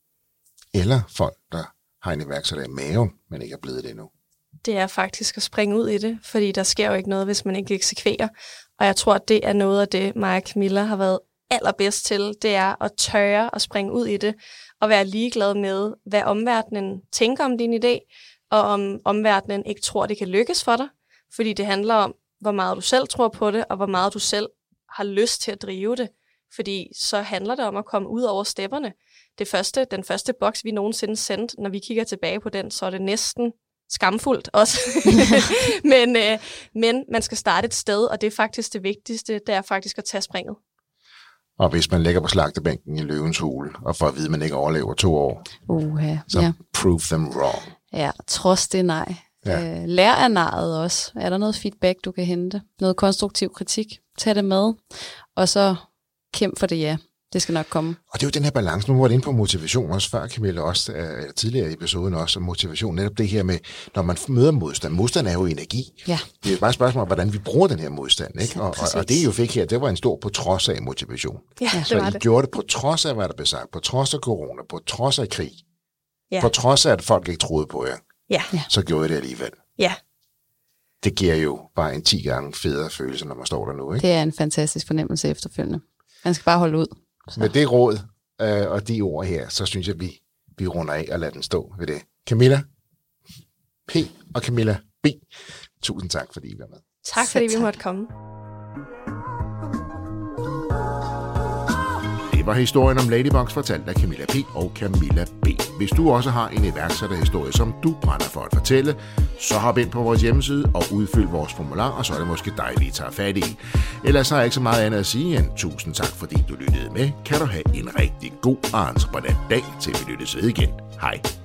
Eller folk, der har en iværksætter i maven, men ikke er blevet det endnu. Det er faktisk at springe ud i det, fordi der sker jo ikke noget, hvis man ikke eksekverer. Og jeg tror, at det er noget af det, mig og Camilla har været allerbedst til, det er at tørre at springe ud i det, og være ligeglad med, hvad omverdenen tænker om din idé, og om omverdenen ikke tror, det kan lykkes for dig. Fordi det handler om, hvor meget du selv tror på det, og hvor meget du selv har lyst til at drive det. fordi så handler det om at komme ud over stepperne. Det første, den første boks, vi nogensinde sendte, når vi kigger tilbage på den, så er det næsten skamfuldt også. men, øh, men man skal starte et sted, og det er faktisk det vigtigste, det er faktisk at tage springet. Og hvis man ligger på slagtebænken i Løvens Hule, og får at vide, at man ikke overlever to år, uh, så ja. prove them wrong. Ja, trods det nej. Ja. Øh, lær af narret også. Er der noget feedback, du kan hente? Noget konstruktiv kritik? Tag det med, og så kæmp for det ja. Det skal nok komme. Og det er jo den her balance. Nu var det inde på motivation også før, Camilla, også eller tidligere i episoden også, om motivation. Netop det her med, når man møder modstand. Modstand er jo energi. Ja. Det er jo bare et spørgsmål om, hvordan vi bruger den her modstand. Ikke? Og, og, og det, I jo fik her, det var en stor på trods af motivation. Ja, det så var I det. gjorde det på trods af, hvad der blev sagt. På trods af corona. På trods af krig. Ja. På trods af, at folk ikke troede på jer. Ja. Så gjorde I det alligevel. Ja. Det giver jo bare en ti gange federe følelse, når man står der nu. Ikke? Det er en fantastisk fornemmelse efterfølgende. Man skal bare holde ud. Så. Med det råd øh, og de ord her, så synes jeg, vi, vi runder af og lader den stå ved det. Camilla P. og Camilla B. Tusind tak, fordi I var med. Tak, fordi vi måtte komme. Det var historien om Ladybugs fortalt af Camilla P. og Camilla B. Hvis du også har en iværksætterhistorie, som du brænder for at fortælle, så hop ind på vores hjemmeside og udfyld vores formular, og så er det måske dig, vi tager fat i. Ellers har jeg ikke så meget andet at sige end tusind tak, fordi du lyttede med. Kan du have en rigtig god og entreprenant dag, til vi lyttes ved igen. Hej.